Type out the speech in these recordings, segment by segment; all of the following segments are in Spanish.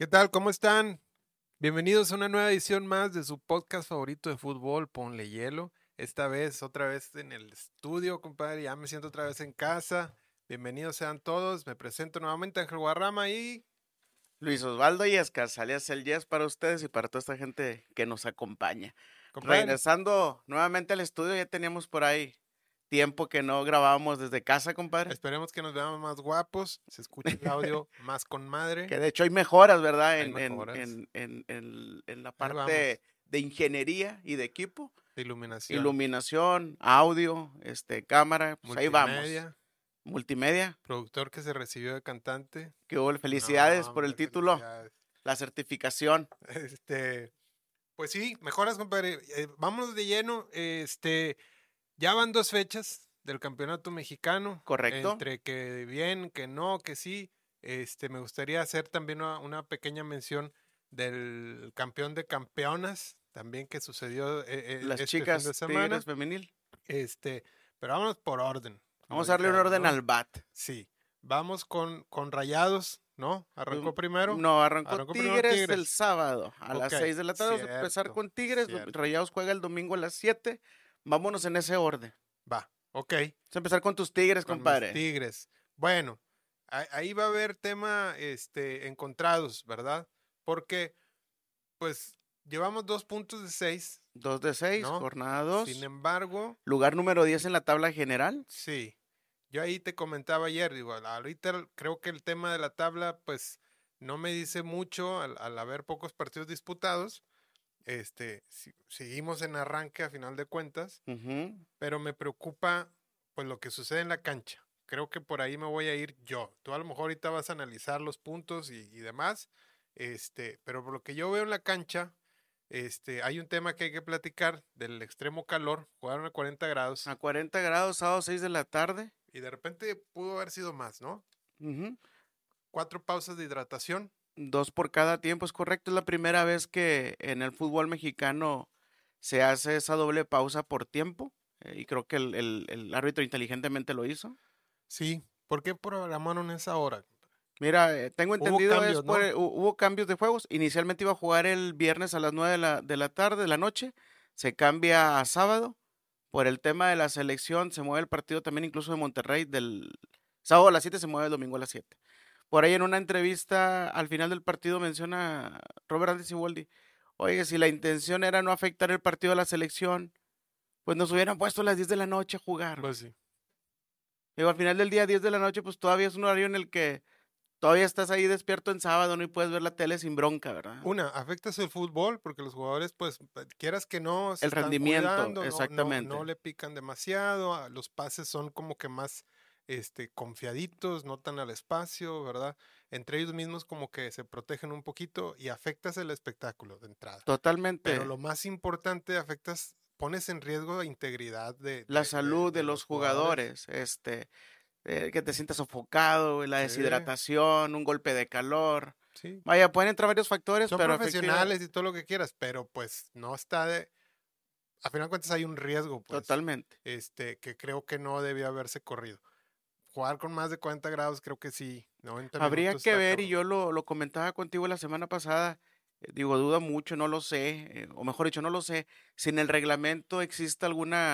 ¿Qué tal? ¿Cómo están? Bienvenidos a una nueva edición más de su podcast favorito de fútbol, Ponle Hielo. Esta vez, otra vez en el estudio, compadre. Ya me siento otra vez en casa. Bienvenidos sean todos. Me presento nuevamente Ángel Guarrama y... Luis Osvaldo Yescas, alias el Yes para ustedes y para toda esta gente que nos acompaña. Compadre, Regresando nuevamente al estudio, ya teníamos por ahí tiempo que no grabábamos desde casa, compadre. esperemos que nos veamos más guapos, se escuche el audio más con madre. Que de hecho hay mejoras, ¿verdad? Hay mejoras. En la Ahí vamos. parte de ingeniería y de equipo. Iluminación, Iluminación, audio, cámara, pues ahí vamos. multimedia, Multimedia, productor que se recibió de cantante. que hubo No, felicidades por el hombre, título, felicidades. la certificación, Este, Pues sí, mejoras, compadre. Vámonos de lleno. Ya van 2 fechas del campeonato mexicano. ¿correcto? Entre que bien, que no, que sí. Me gustaría hacer también una pequeña mención del campeón de campeonas, también que sucedió Las este fin de chicas semana. Tigres femenil. Pero vámonos por orden, como Vamos a darle un dijeran, orden ¿no? al BAT. Sí. Vamos con Rayados, ¿no? Arrancó primero. No, arrancó Arrancó primero Tigres el Tigres. sábado a Ok, las 6 de la tarde. Vamos a empezar cierto, con Tigres. cierto. Rayados juega el domingo a las 7. Vámonos en ese orden. Va, ok. Vamos a empezar con tus Tigres, Con mis compadre. Tigres. Bueno, ahí va a haber tema encontrados, ¿verdad? Porque, pues, llevamos 2 puntos de 6, 2 de 6, ¿no? jornada Sin 2. embargo, Lugar número 10 en la tabla general. sí. Yo ahí te comentaba ayer, digo, ahorita creo que el tema de la tabla, pues, no me dice mucho al haber pocos partidos disputados. Seguimos en arranque a final de cuentas, Ujú. pero me preocupa, pues, lo que sucede en la cancha. Creo que por ahí me voy a ir yo. Tú a lo mejor ahorita vas a analizar los puntos y demás, pero por lo que yo veo en la cancha, hay un tema que hay que platicar del extremo calor. Jugaron a 40 grados A 40 grados, sábado 6 de la tarde. y de repente pudo haber sido más, ¿no? Ujú. 4 pausas de hidratación. 2 por cada tiempo, es correcto. Es la primera vez que en el fútbol mexicano se hace esa doble pausa por tiempo. Y creo que el árbitro inteligentemente lo hizo. Sí, ¿por qué programaron esa hora? Mira, tengo Hubo entendido cambios, ¿no? hubo cambios de juegos. Inicialmente iba a jugar el viernes a las 9 de la tarde, de la noche. Se cambia a sábado. Por el tema de la selección, se mueve el partido también incluso de Monterrey. Del sábado a las 7 se mueve el domingo a las 7. Por ahí en una entrevista al final del partido menciona Robert Andy Siboldi, oye, si la intención era no afectar el partido de la selección, pues nos hubieran puesto a las 10 de la noche a jugar. Pues sí. Digo, al final del día, 10 de la noche, pues todavía es un horario en el que todavía estás ahí despierto en sábado, ¿no? Y puedes ver la tele sin bronca, ¿verdad? Afectas el fútbol porque los jugadores, pues, quieras que no, se El están rendimiento, cuidando, no exactamente. le pican demasiado, los pases son como que más, confiaditos, no tan al espacio, ¿verdad? Entre ellos mismos como que se protegen un poquito y afectas el espectáculo de entrada. Pero Totalmente. lo más importante, pones en riesgo la integridad La salud de de los los jugadores. jugadores, que te sientas sofocado, la Sí, deshidratación, un golpe de calor. sí. Vaya, pueden entrar varios factores, Son pero efectivamente, profesionales y todo lo que quieras, pero pues no está a final de cuentas hay un riesgo, pues, totalmente. que creo que no debió haberse corrido. Jugar con más de 40 grados, creo que sí, 90 Habría minutos que está ver, y cabrón. yo lo comentaba contigo la semana pasada, digo, duda mucho, no lo sé, o mejor dicho, no lo sé, si en el reglamento existe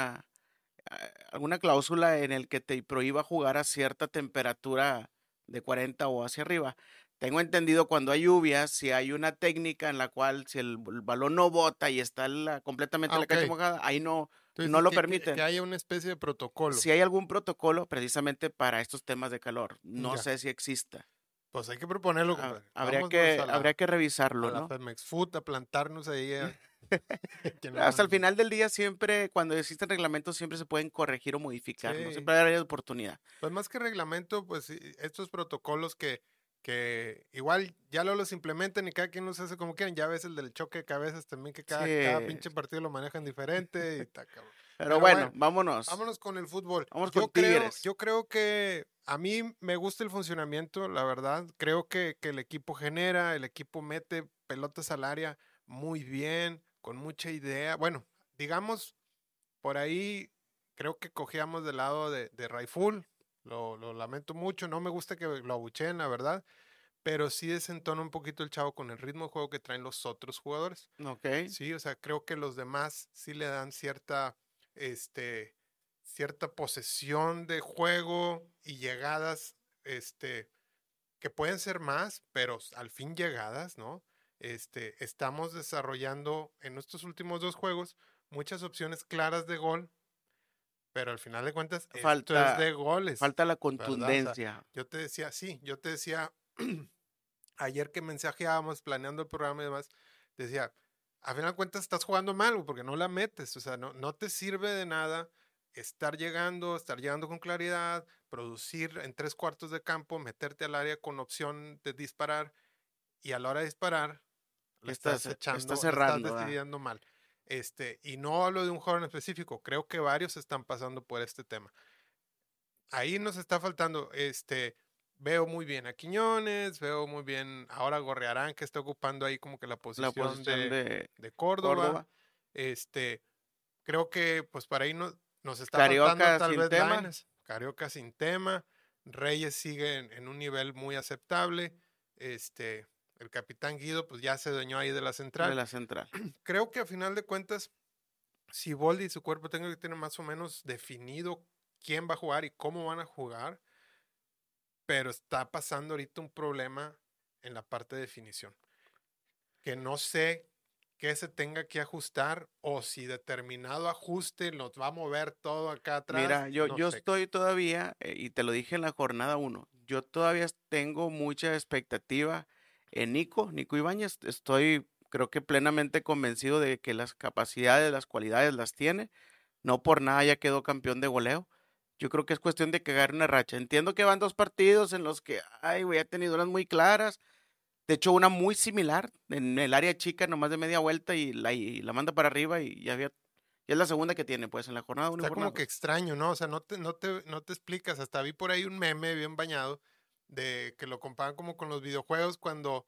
alguna cláusula en el que te prohíba jugar a cierta temperatura de 40 o hacia arriba. Tengo entendido cuando hay lluvias, si hay una técnica en la cual si el balón no bota y está completamente la Ok, cancha mojada, ahí tú no dices lo que permiten. haya una especie de protocolo. Si hay algún protocolo precisamente para estos temas de calor, no Ya, sé si exista. pues hay que proponerlo, compadre. Vámonos Habría que a revisarlo, la ¿no? Femex Food, a plantarnos ahí, que no Hasta el mames. final del día siempre, cuando existen reglamentos, siempre se pueden corregir o modificar, ¿no? Sí, Siempre hay oportunidad. pues más que reglamento, pues sí, estos protocolos que igual ya los implementan y cada quien los hace como quieren. Ya ves el del choque de cabezas también, que Sí, cada pinche partido lo manejan diferente y está cabrón. pero Pero bueno, bueno, vámonos. vámonos con el fútbol. Vamos con Tigres. Yo creo que a mí me gusta el funcionamiento, la verdad. Creo que el equipo genera, el equipo mete pelotas al área muy bien, con mucha idea. Bueno, digamos, por ahí creo que cogíamos del lado de Raiful. Lo lamento mucho, no me gusta que lo abucheen, la verdad, pero sí desentona un poquito el chavo con el ritmo de juego que traen los otros jugadores. Ok. Sí, o sea, creo que los demás sí le dan cierta posesión de juego y llegadas, que pueden ser más, pero al fin llegadas, ¿no? Estamos desarrollando en estos últimos 2 juegos muchas opciones claras de gol, pero al final de cuentas esto es de goles, Falta la ¿verdad? O sea, contundencia. yo te decía ayer que mensajeábamos planeando el programa y demás, te decía, a final de cuentas estás jugando mal porque no la metes, o sea, no te sirve de nada estar llegando con claridad, producir en 3/4 de campo, meterte al área con opción de disparar y a la hora de disparar la estás Está echando, la estás cerrando, ¿verdad? decidiendo mal. Y no hablo de un jugador en específico, creo que varios están pasando por este tema. Ahí nos está faltando, veo muy bien a Quiñones, veo muy bien ahora a Gorrearán, que está ocupando ahí como que la La posición posición de de Córdoba. Córdoba. Este, creo que pues para ahí nos está faltando Carioca tal sin vez tema. Lainez, Carioca sin tema, Reyes sigue en un nivel muy aceptable, el capitán Guido pues ya se dueñó ahí de la De central. la central. Creo que a final de cuentas, si Boldi y su cuerpo tengan que tener más o menos definido quién va a jugar y cómo van a jugar, pero está pasando ahorita un problema en la parte de definición, que no sé qué se tenga que ajustar o si determinado ajuste nos va a mover todo acá atrás, Mira, yo, no yo sé. estoy todavía, y te lo dije en la jornada 1, yo todavía tengo mucha expectativa en Nico Ibáñez. Creo que plenamente convencido de que las capacidades, las cualidades las tiene. No por nada ya quedó campeón de goleo. Yo creo que es cuestión de que agarre una racha. Entiendo que van 2 partidos en los que, ay, güey, ha tenido unas muy claras. De hecho, una muy similar en el área chica, nomás de media vuelta y la manda para arriba y ya es la segunda que tiene, pues, en la jornada 1 y Está jornada como que 2. extraño, ¿no? O sea, no te explicas. Hasta vi por ahí un meme bien bañado de que lo comparan como con los videojuegos cuando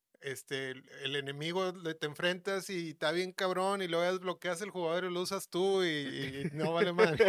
el enemigo te enfrentas y está bien cabrón y luego desbloqueas el jugador y lo usas tú y no vale madre.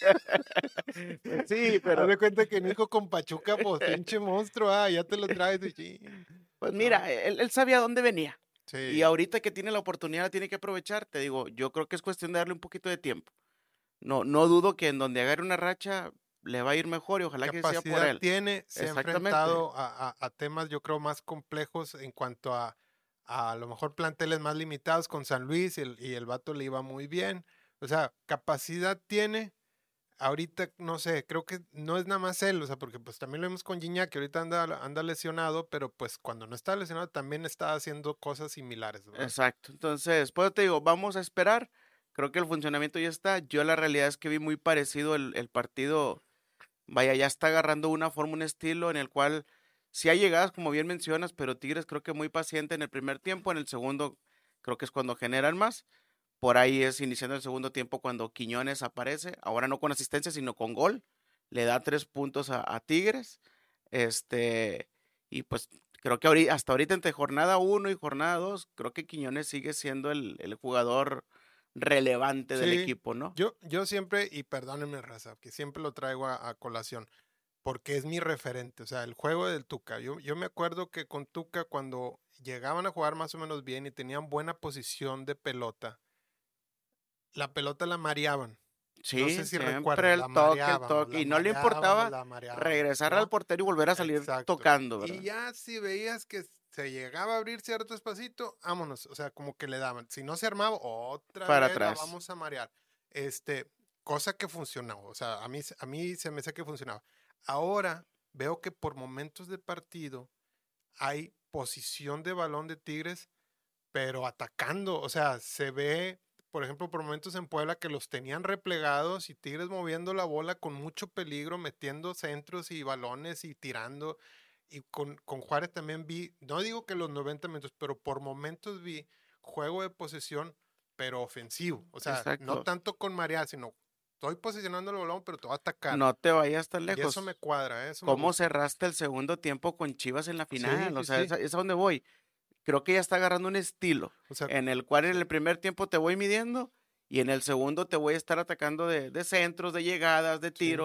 Pues sí, Haz pero de cuenta que Nico con Pachuca, pues pinche monstruo, ya te lo traes y chin, pues ¿no? mira, él sabía dónde venía. Y Sí, ahorita que tiene la oportunidad la tiene que aprovechar. Te digo, yo creo que es cuestión de darle un poquito de tiempo. No dudo que en donde agarre una racha le va a ir mejor y ojalá que sea por capacidad él. tiene, se ha Exactamente. enfrentado a temas yo creo más complejos en cuanto a lo mejor planteles más limitados con San Luis y el vato le iba muy bien. O sea, capacidad tiene. Ahorita, no sé, creo que no es nada más él, o sea, porque pues también lo vemos con Gignac, que ahorita anda lesionado, pero pues cuando no está lesionado también está haciendo cosas similares, ¿verdad? Exacto. Entonces, pues te digo, vamos a esperar. Creo que el funcionamiento ya está. Yo la realidad es que vi muy parecido el partido. Vaya, ya está agarrando una forma, un estilo en el cual sí hay llegadas, como bien mencionas, pero Tigres creo que muy paciente en el primer tiempo. En el segundo creo que es cuando generan más. Por ahí es iniciando el segundo tiempo cuando Quiñones aparece. Ahora no con asistencia, sino con gol. Le da 3 puntos a Tigres. Este, y pues creo que hasta ahorita entre jornada 1 y jornada 2 creo que Quiñones sigue siendo el jugador relevante del Sí, equipo, ¿no? yo siempre, y perdónenme, raza, que siempre lo traigo a colación, porque es mi referente, o sea, el juego del Tuca. Yo me acuerdo que con Tuca cuando llegaban a jugar más o menos bien y tenían buena posición de pelota, la pelota la mareaban. No sé Sí, si siempre recuerdas, el toque, el toque. la Y no le mareábamos, importaba la mareábamos, regresar al ¿no? portero y volver a salir Exacto. tocando, Y ¿verdad? ya si veías que se llegaba a abrir cierto espacito, vámonos. O sea, como que le daban. Si no se armaba, otra Para vez la atrás. vamos a marear. Cosa que funcionó. O sea, a mí se me hace que funcionaba. Ahora veo que por momentos de partido hay posición de balón de Tigres, pero atacando. O sea, se ve, por ejemplo, por momentos en Puebla que los tenían replegados y Tigres moviendo la bola con mucho peligro, metiendo centros y balones y tirando. Y con Juárez también vi, no digo que los 90 minutos, pero por momentos vi juego de posesión, pero ofensivo. O sea, no Exacto. tanto con María, sino estoy posicionando el balón, pero te voy a atacar. No te vayas tan Y eso me lejos. cuadra, eso me ¿Cómo gusta. cerraste el segundo tiempo con Chivas en la Sí, final? O sí, sea, sí. es a donde voy. Creo que ya está agarrando un estilo O sea, en el cual en sí. el primer tiempo te voy midiendo y en el segundo te voy a estar atacando de centros, de llegadas, de Sí. tiros.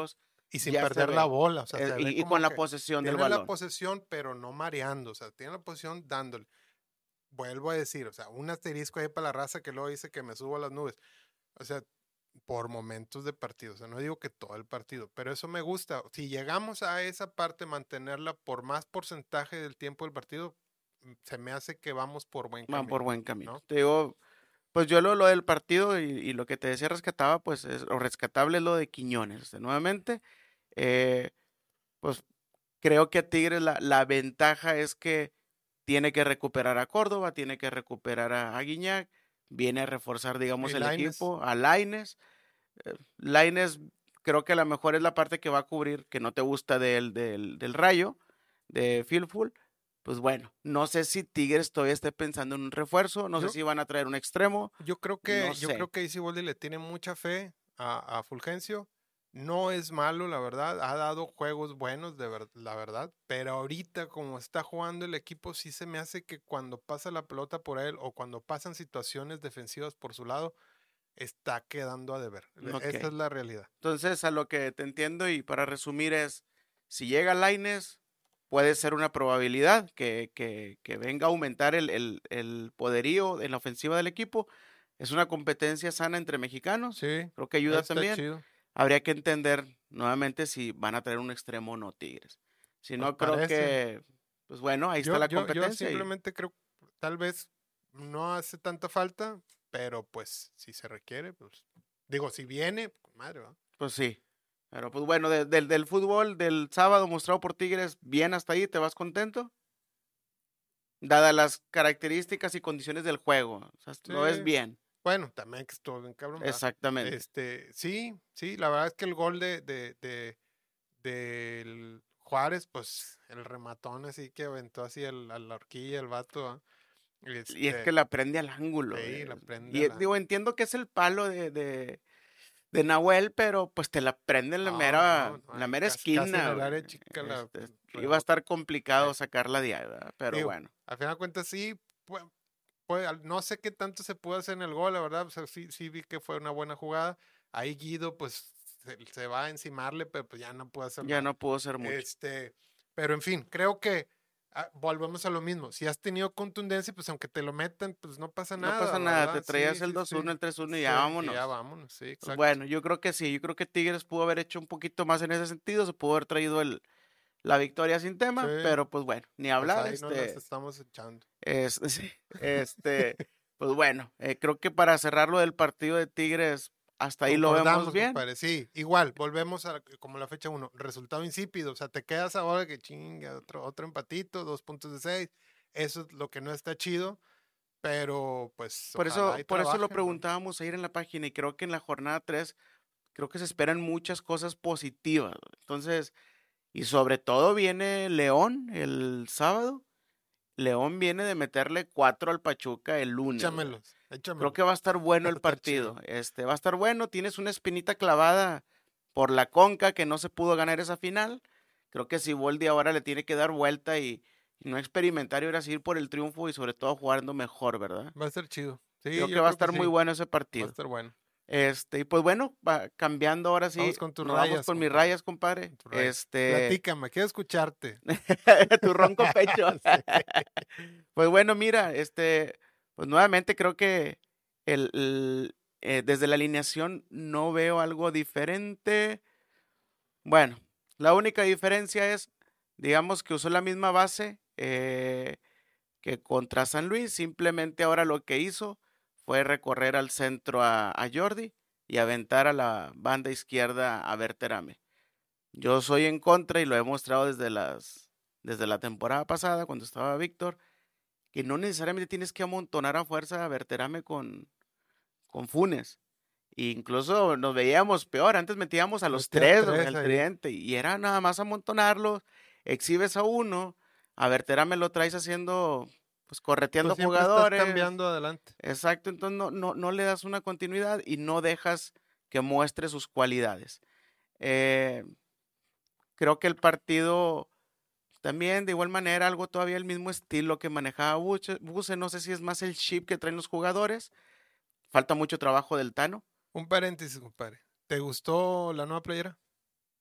Y sin Ya se perder la ve. bola, o sea, se ve Y como con la que posesión del tiene la balón. posesión, pero no mareando, o sea, tiene la posesión dándole. Vuelvo a decir, o sea, un asterisco ahí para la raza que luego dice que me subo a las nubes. O sea, por momentos de partido, o sea, no digo que todo el partido, pero eso me gusta. Si llegamos a esa parte, mantenerla por más porcentaje del tiempo del partido, se me hace que vamos por buen Van por camino, buen camino. ¿no? Te digo, pues yo lo del partido y lo que te decía rescataba, pues o rescatable es lo de Quiñones. Nuevamente, eh, pues creo que a Tigres la ventaja es que tiene que recuperar a Córdoba, tiene que recuperar a Guiñac, viene a reforzar, digamos, Y el Lainez, equipo, a Lainez. Lainez creo que a lo mejor es la parte que va a cubrir, que no te gusta del Rayo, de Filful. Pues bueno, no sé si Tigres todavía esté pensando en un refuerzo, no sé yo, si van a traer un extremo, no yo creo sé. que Easy le tiene mucha fe a Fulgencio. No es malo, la verdad. Ha dado juegos buenos, la verdad. Pero ahorita, como está jugando el equipo, sí se me hace que cuando pasa la pelota por él o cuando pasan situaciones defensivas por su lado, está quedando a deber. Ok. Esa es la realidad. Entonces, a lo que te entiendo y para resumir es, si llega Lainez, puede ser una probabilidad que venga a aumentar el poderío en la ofensiva del equipo. Es una competencia sana entre mexicanos, Sí, creo que ayuda está también. chido. Habría que entender nuevamente si van a traer un extremo o no Tigres. Si Pues no, creo parece. que, pues bueno, ahí está la Yo competencia y simplemente creo, tal vez no hace tanta falta, pero pues si se requiere, pues digo, si viene, pues madre, ¿va? pues sí. Pero pues bueno, del fútbol del sábado mostrado por Tigres, bien hasta ahí, ¿te vas contento? Dadas las características y condiciones del juego. O sea, Sí, lo ves bien. bueno, también que estuvo bien cabrón, ¿va? Exactamente. Sí, sí, la verdad es que el gol del Juárez, pues el rematón así que aventó así a la horquilla el vato, ¿va? Y es que la prende al ángulo. Sí, la prende Y al digo, ángulo. entiendo que es el palo de Nahuel, pero pues te la prende en No, la ahí mera casi en esquina, el güey. área chica la Iba a rebota. estar complicado sacarla de ahí, ¿verdad? Pero Digo, bueno, al final de cuentas sí, no sé qué tanto se pudo hacer en el gol, la verdad, o sea, sí vi que fue una buena jugada. Ahí Guido, pues, se va a encimarle, pero pues ya no puede hacer ya nada. no pudo ser mucho. Pero en fin, creo que volvemos a lo mismo. Si has tenido contundencia, pues aunque te lo metan, pues no pasa No nada, pasa nada, te ¿verdad? Sí, traías el sí, sí. 2-1, el 3-1 y Sí, ya y ya vámonos. vámonos, sí, Pues exacto. bueno, yo creo que sí, yo creo que Tigres pudo haber hecho un poquito más en ese sentido, se pudo haber traído la victoria sin Sí, tema, pero pues bueno, ni pues hablar, ahí nos las estamos echando. sí, pues bueno, creo que para cerrar lo del partido de Tigres, hasta ahí lo vemos Concordamos, bien. compadre. Sí, igual, volvemos a como la fecha 1. Resultado insípido. O sea, te quedas ahora que chinga, otro empatito, 2 puntos de 6. Eso es lo que no está chido, pero pues ojalá y Por eso lo trabajen, ¿no? preguntábamos ayer en la página y creo que en la jornada 3 creo que se esperan muchas cosas positivas. Entonces, y sobre todo viene León el sábado. León viene de meterle 4 al Pachuca el lunes, güey. Échamelos, Creo échamelos. que va a estar bueno el Está chido. partido. Va a estar bueno. Tienes una espinita clavada por la Conca que no se pudo ganar esa final. Creo que Siboldi ahora le tiene que dar vuelta y no experimentar y ahora sí ir por el triunfo y sobre todo jugando mejor, ¿verdad? Va a estar chido. Sí, Creo que yo va a creo que estar muy sí. bueno ese Va a partido. estar bueno. Y pues bueno, cambiando ahora sí, Vamos con tus nos vamos rayas, con mis compadre. rayas, compadre. Con tus rayas. Platícame, quiero escucharte. Tu ronco pecho. Sí. Pues bueno, mira, pues nuevamente creo que desde la alineación no veo algo diferente. Bueno, la única diferencia es, digamos que usó la misma base que contra San Luis, simplemente ahora lo que hizo fue recorrer al centro a Jordi y aventar a la banda izquierda a Berterame. Yo soy en contra y lo he mostrado desde la temporada pasada cuando estaba Víctor, que no necesariamente tienes que amontonar a fuerza a Berterame con Funes. E incluso nos veíamos peor, antes metíamos a los Metías tres tres al ahí. tridente y era nada más amontonarlos, exhibes a uno, a Berterame lo traes haciendo, pues Pues correteando siempre estás jugadores, cambiando adelante. exacto, entonces no le das una continuidad y no dejas que muestre sus cualidades. Eh, Creo que el partido también, de igual manera, algo todavía el mismo estilo que manejaba Buse. No sé si es más el chip que traen los jugadores. Falta mucho trabajo del Tano. Un paréntesis, compadre. ¿Te gustó la nueva playera?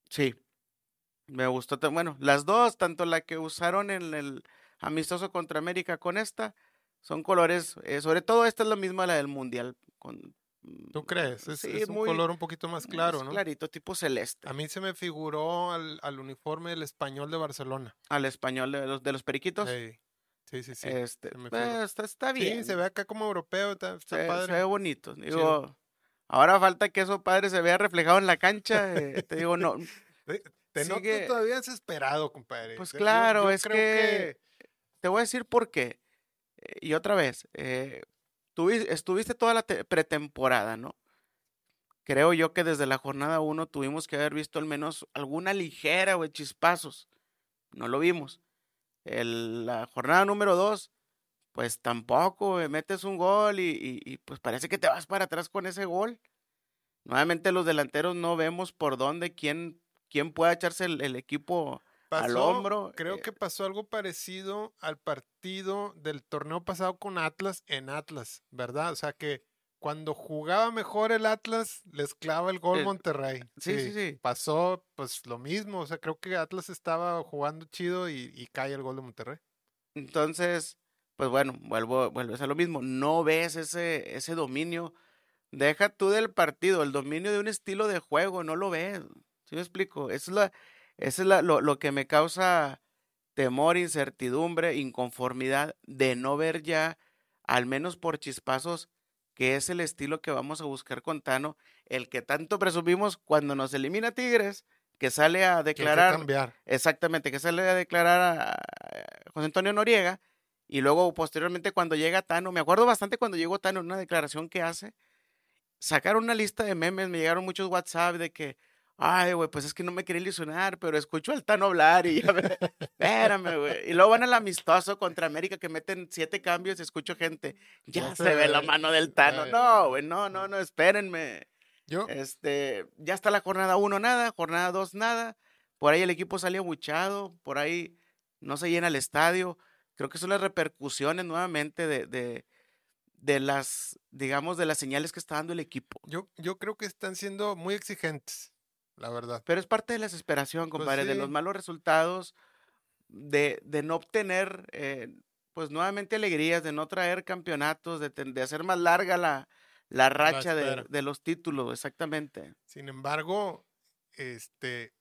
Sí, me gustó. Bueno, las dos, tanto la que usaron en el amistoso contra América con esta, son colores, sobre todo esta es la misma la del Mundial. ¿Tú crees? Sí, Es un muy, color un poquito más más claro, ¿no? clarito, tipo A celeste, mí se me figuró al uniforme del Español de Barcelona. al español de los periquitos. Ey, sí, sí, sí, se me figuró. Está Sí, se bien, ve acá como europeo, está se ve padre, bonito. chido. Digo, ahora falta que eso padre se vea reflejado en la cancha. Te digo, no, Te te noto sigue, todavía desesperado, compadre. pues Yo, claro, yo es creo que que te voy a decir por qué. Y otra vez, estuviste toda la pretemporada, ¿no? Creo yo que desde la jornada uno tuvimos que haber visto al menos alguna ligera, güey, chispazos. No lo vimos. La jornada número 2 pues tampoco, güey, metes un gol y pues parece que te vas para atrás con ese gol. Nuevamente los delanteros no vemos por dónde, quién pueda echarse el equipo al hombro. creo que pasó algo parecido al partido del torneo pasado con Atlas en Atlas, ¿verdad? O sea que cuando jugaba mejor el Atlas, les clava el gol eh, Monterrey. sí, sí, Sí, sí. pasó pues lo mismo. O sea, creo que Atlas estaba jugando chido y cae el gol de Monterrey. Entonces, pues bueno, vuelves a lo mismo. No ves ese dominio. Deja tú del partido, el dominio de un estilo de juego, no lo ves. ¿Sí me explico? Lo que me causa temor, incertidumbre, inconformidad de no ver ya, al menos por chispazos, que es el estilo que vamos a buscar con Tano, el que tanto presumimos cuando nos elimina Tigres, que sale a Que hay que declarar, cambiar. exactamente, que sale a declarar a José Antonio Noriega, y luego posteriormente cuando llega Tano, me acuerdo bastante cuando llegó Tano en una declaración que hace, sacaron una lista de memes, me llegaron muchos WhatsApp de que, ay, güey, pues es que no me quería ilusionar, pero escucho al Tano hablar y ya espérame, güey. Y luego van al amistoso contra América que meten 7 cambios y escucho gente, Ya ya se se ve la ve. mano del Tano. No, güey, no, espérenme. Yo, Ya está la jornada uno nada, jornada 2 nada. Por ahí el equipo salió abuchado, por ahí no se llena el estadio. Creo que son las repercusiones nuevamente de las, digamos, de las señales que está dando el equipo. yo creo que están siendo muy exigentes, la verdad. Pero es parte de la desesperación, Pues compadre, de los sí, malos resultados, de no obtener, pues nuevamente alegrías, de no traer campeonatos, de hacer más larga la la racha espera. de los títulos, exactamente. Sin embargo, este,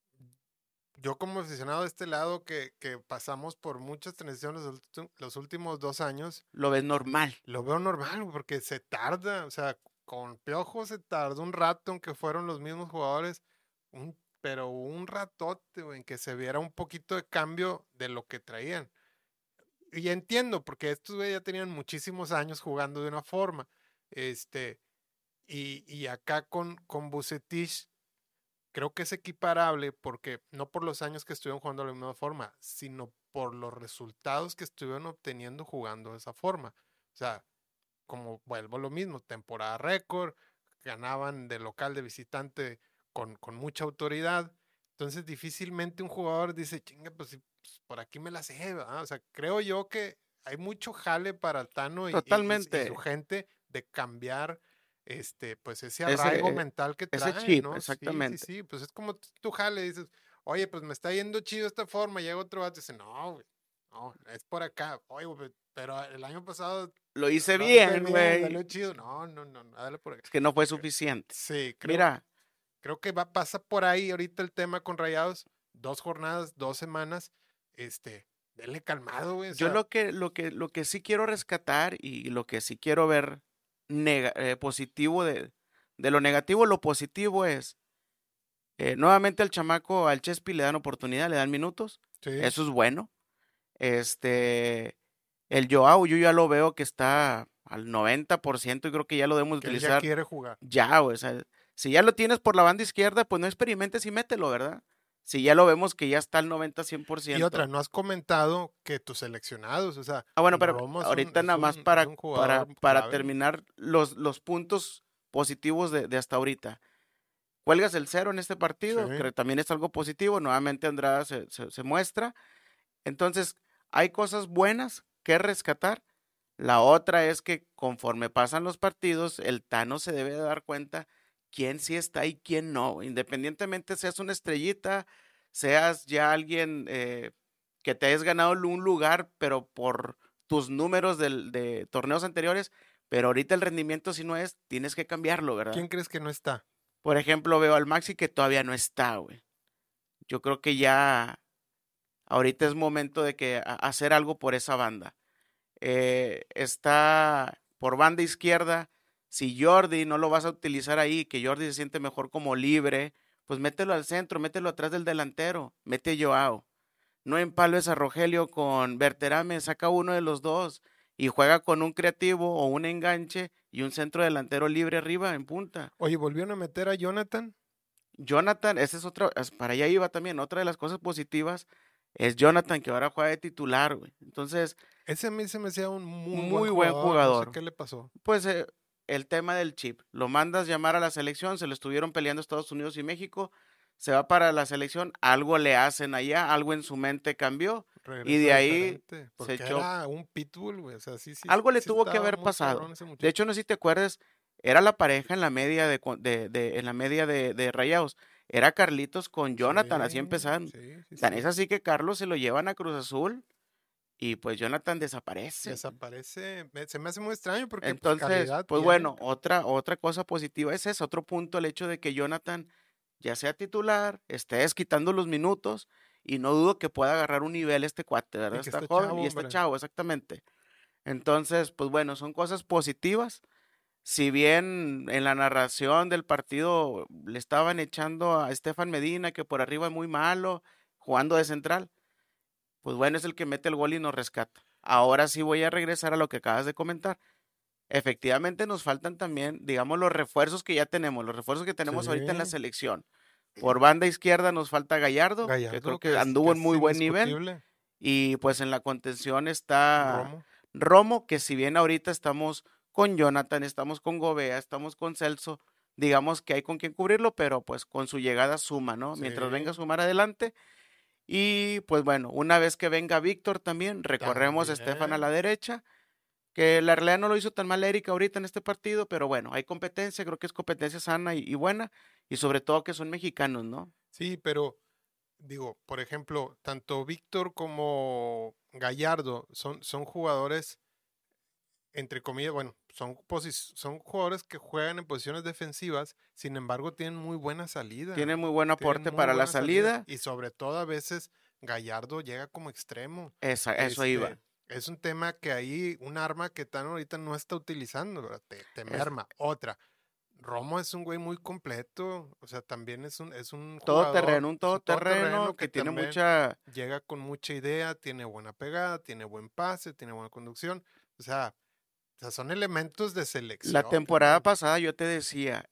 yo como aficionado de este lado que pasamos por muchas transiciones los últimos 2 años, Lo ves normal. lo veo normal güey, porque se tarda, o sea, con Piojo se tardó un rato, aunque fueron los mismos jugadores, pero un ratote güey, en que se viera un poquito de cambio de lo que traían. Y entiendo, porque estos güey ya tenían muchísimos años jugando de una forma, este, y acá con Vucetich creo que es equiparable porque no por los años que estuvieron jugando de la misma forma, sino por los resultados que estuvieron obteniendo jugando de esa forma. O sea, como vuelvo a lo mismo, temporada récord, ganaban de local, de visitante con mucha autoridad. Entonces difícilmente un jugador dice, chinga, pues, pues, por aquí me la sé, ¿verdad? O sea, creo yo que hay mucho jale para Tano y su Totalmente. gente de cambiar pues ese arraigo Ese, mental que ese traen, chip, ¿no? Sí, sí, exactamente. sí, pues es como tu jale, dices, oye, pues me está yendo chido esta forma, llega otro vato y dice, no, güey, no, es por acá, oye, güey, pero el año pasado Lo hice lo hice bien, bien, güey. salió chido, no, no, no, no, dale por acá. Es que no fue suficiente. Sí, Mira, creo que pasa por ahí ahorita el tema con Rayados, 2 jornadas, 2 semanas, denle calmado, güey, o yo sea, lo que sí quiero rescatar y lo que sí quiero ver positivo de lo negativo, lo positivo es, nuevamente al chamaco, al Chespi le dan oportunidad, le dan minutos, sí, eso es bueno. Este, el Joao, yo ya lo veo que está al 90% y creo que ya lo debemos que él ya utilizar quiere jugar. ya, o sea, si ya lo tienes por la banda izquierda, pues no experimentes y mételo, ¿verdad? Si ya lo vemos que ya está al 90, Y otra, 100%. no has comentado que tus seleccionados, o sea, Ah, bueno, pero Romo ahorita nada más es un jugador para clave, güey. terminar los puntos positivos de hasta ahorita. Cuelgas el cero en este Sí, partido, que también es algo positivo. Nuevamente Andrada se muestra. Entonces, hay cosas buenas que rescatar. La otra es que conforme pasan los partidos, el Tano se debe de dar cuenta quién sí está y quién no. Independientemente seas una estrellita, seas ya alguien que te hayas ganado un lugar, pero por tus números de torneos anteriores, pero ahorita el rendimiento si no es, tienes que cambiarlo, ¿verdad? ¿Quién crees que no está? Por ejemplo, veo al Maxi que todavía no está, güey. Yo creo que ya ahorita es momento de que hacer algo por esa banda. Está por banda izquierda. Si Jordi no lo vas a utilizar ahí, que Jordi se siente mejor como libre, pues mételo al centro, mételo atrás del delantero, mete a Joao. No empales a Rogelio con Berterame, saca uno de los dos y juega con un creativo o un enganche y un centro delantero libre arriba en punta. Oye, ¿volvieron a meter a Jonathan? Jonathan, esa es otra, para allá iba también, otra de las cosas positivas es Jonathan que ahora juega de titular, güey. Entonces, Ese a mí se me hacía un muy buen muy buen jugador, no sé jugador. qué le pasó. Pues el tema del chip, lo mandas llamar a la selección, se lo estuvieron peleando Estados Unidos y México, se va para la selección, algo le hacen allá, algo en su mente cambió y Regresa de ahí diferente, se porque echó, era un pitbull, güey, o sea, sí, sí, algo le sí tuvo que estaba haber muy pasado. cabrón ese De muchacho. hecho, no sé si te acuerdas, era la pareja en la media en la media de Rayados, era Carlitos con Jonathan, así Sí, empezaron. sí, sí, Tan es sí. así que Carlos se lo llevan a Cruz Azul y pues Jonathan desaparece. Desaparece, se me hace muy extraño porque pues Entonces, calidad pues tiene, bueno, cabrón. otra cosa positiva es ese, otro punto, el hecho de que Jonathan ya sea titular, esté desquitando los minutos y no dudo que pueda agarrar un nivel este cuate, ¿verdad? Y que Está está joven chavo, y está hombre. chavo, exactamente. Entonces, pues bueno, son cosas positivas. Si bien en la narración del partido le estaban echando a Estefan Medina, que por arriba es muy malo, jugando de central, pues bueno, es el que mete el gol y nos rescata. Ahora sí voy a regresar a lo que acabas de comentar. Efectivamente nos faltan también, digamos, los refuerzos que ya tenemos, los refuerzos que tenemos ahorita en la Sí, selección. Por banda izquierda nos falta Gallardo, que creo Gallardo que que anduvo en es muy buen nivel. indiscutible. Y pues en la contención está Romo. Romo, que si bien ahorita estamos con Jonathan, estamos con Gobea, estamos con Celso, digamos que hay con quien cubrirlo, pero pues con su llegada suma, ¿no? Sí, Mientras venga a sumar adelante. Y pues bueno, una vez que venga Víctor también, recorremos a Estefan a la también. derecha, que la realidad no lo hizo tan mal Erika ahorita en este partido, pero bueno, hay competencia, creo que es competencia sana y buena, y sobre todo que son mexicanos, ¿no? Sí, pero digo, por ejemplo, tanto Víctor como Gallardo son jugadores, entre comillas, bueno, son jugadores que juegan en posiciones defensivas, sin embargo, tienen muy buena salida. Tiene muy buen Tienen aporte muy para la buena salida. salida, Y sobre todo a veces Gallardo llega como extremo. eso iba. Es un tema que ahí, un arma que Tano ahorita no está utilizando, ¿verdad? Te Es, merma. Otra. Romo es un güey muy completo, o sea, también es un todoterreno, jugador, un es un todoterreno todoterreno que que tiene también mucha... llega con mucha idea, tiene buena pegada, tiene buen pase, tiene buena conducción, o sea, son elementos de La selección, temporada cabrón. pasada yo te decía,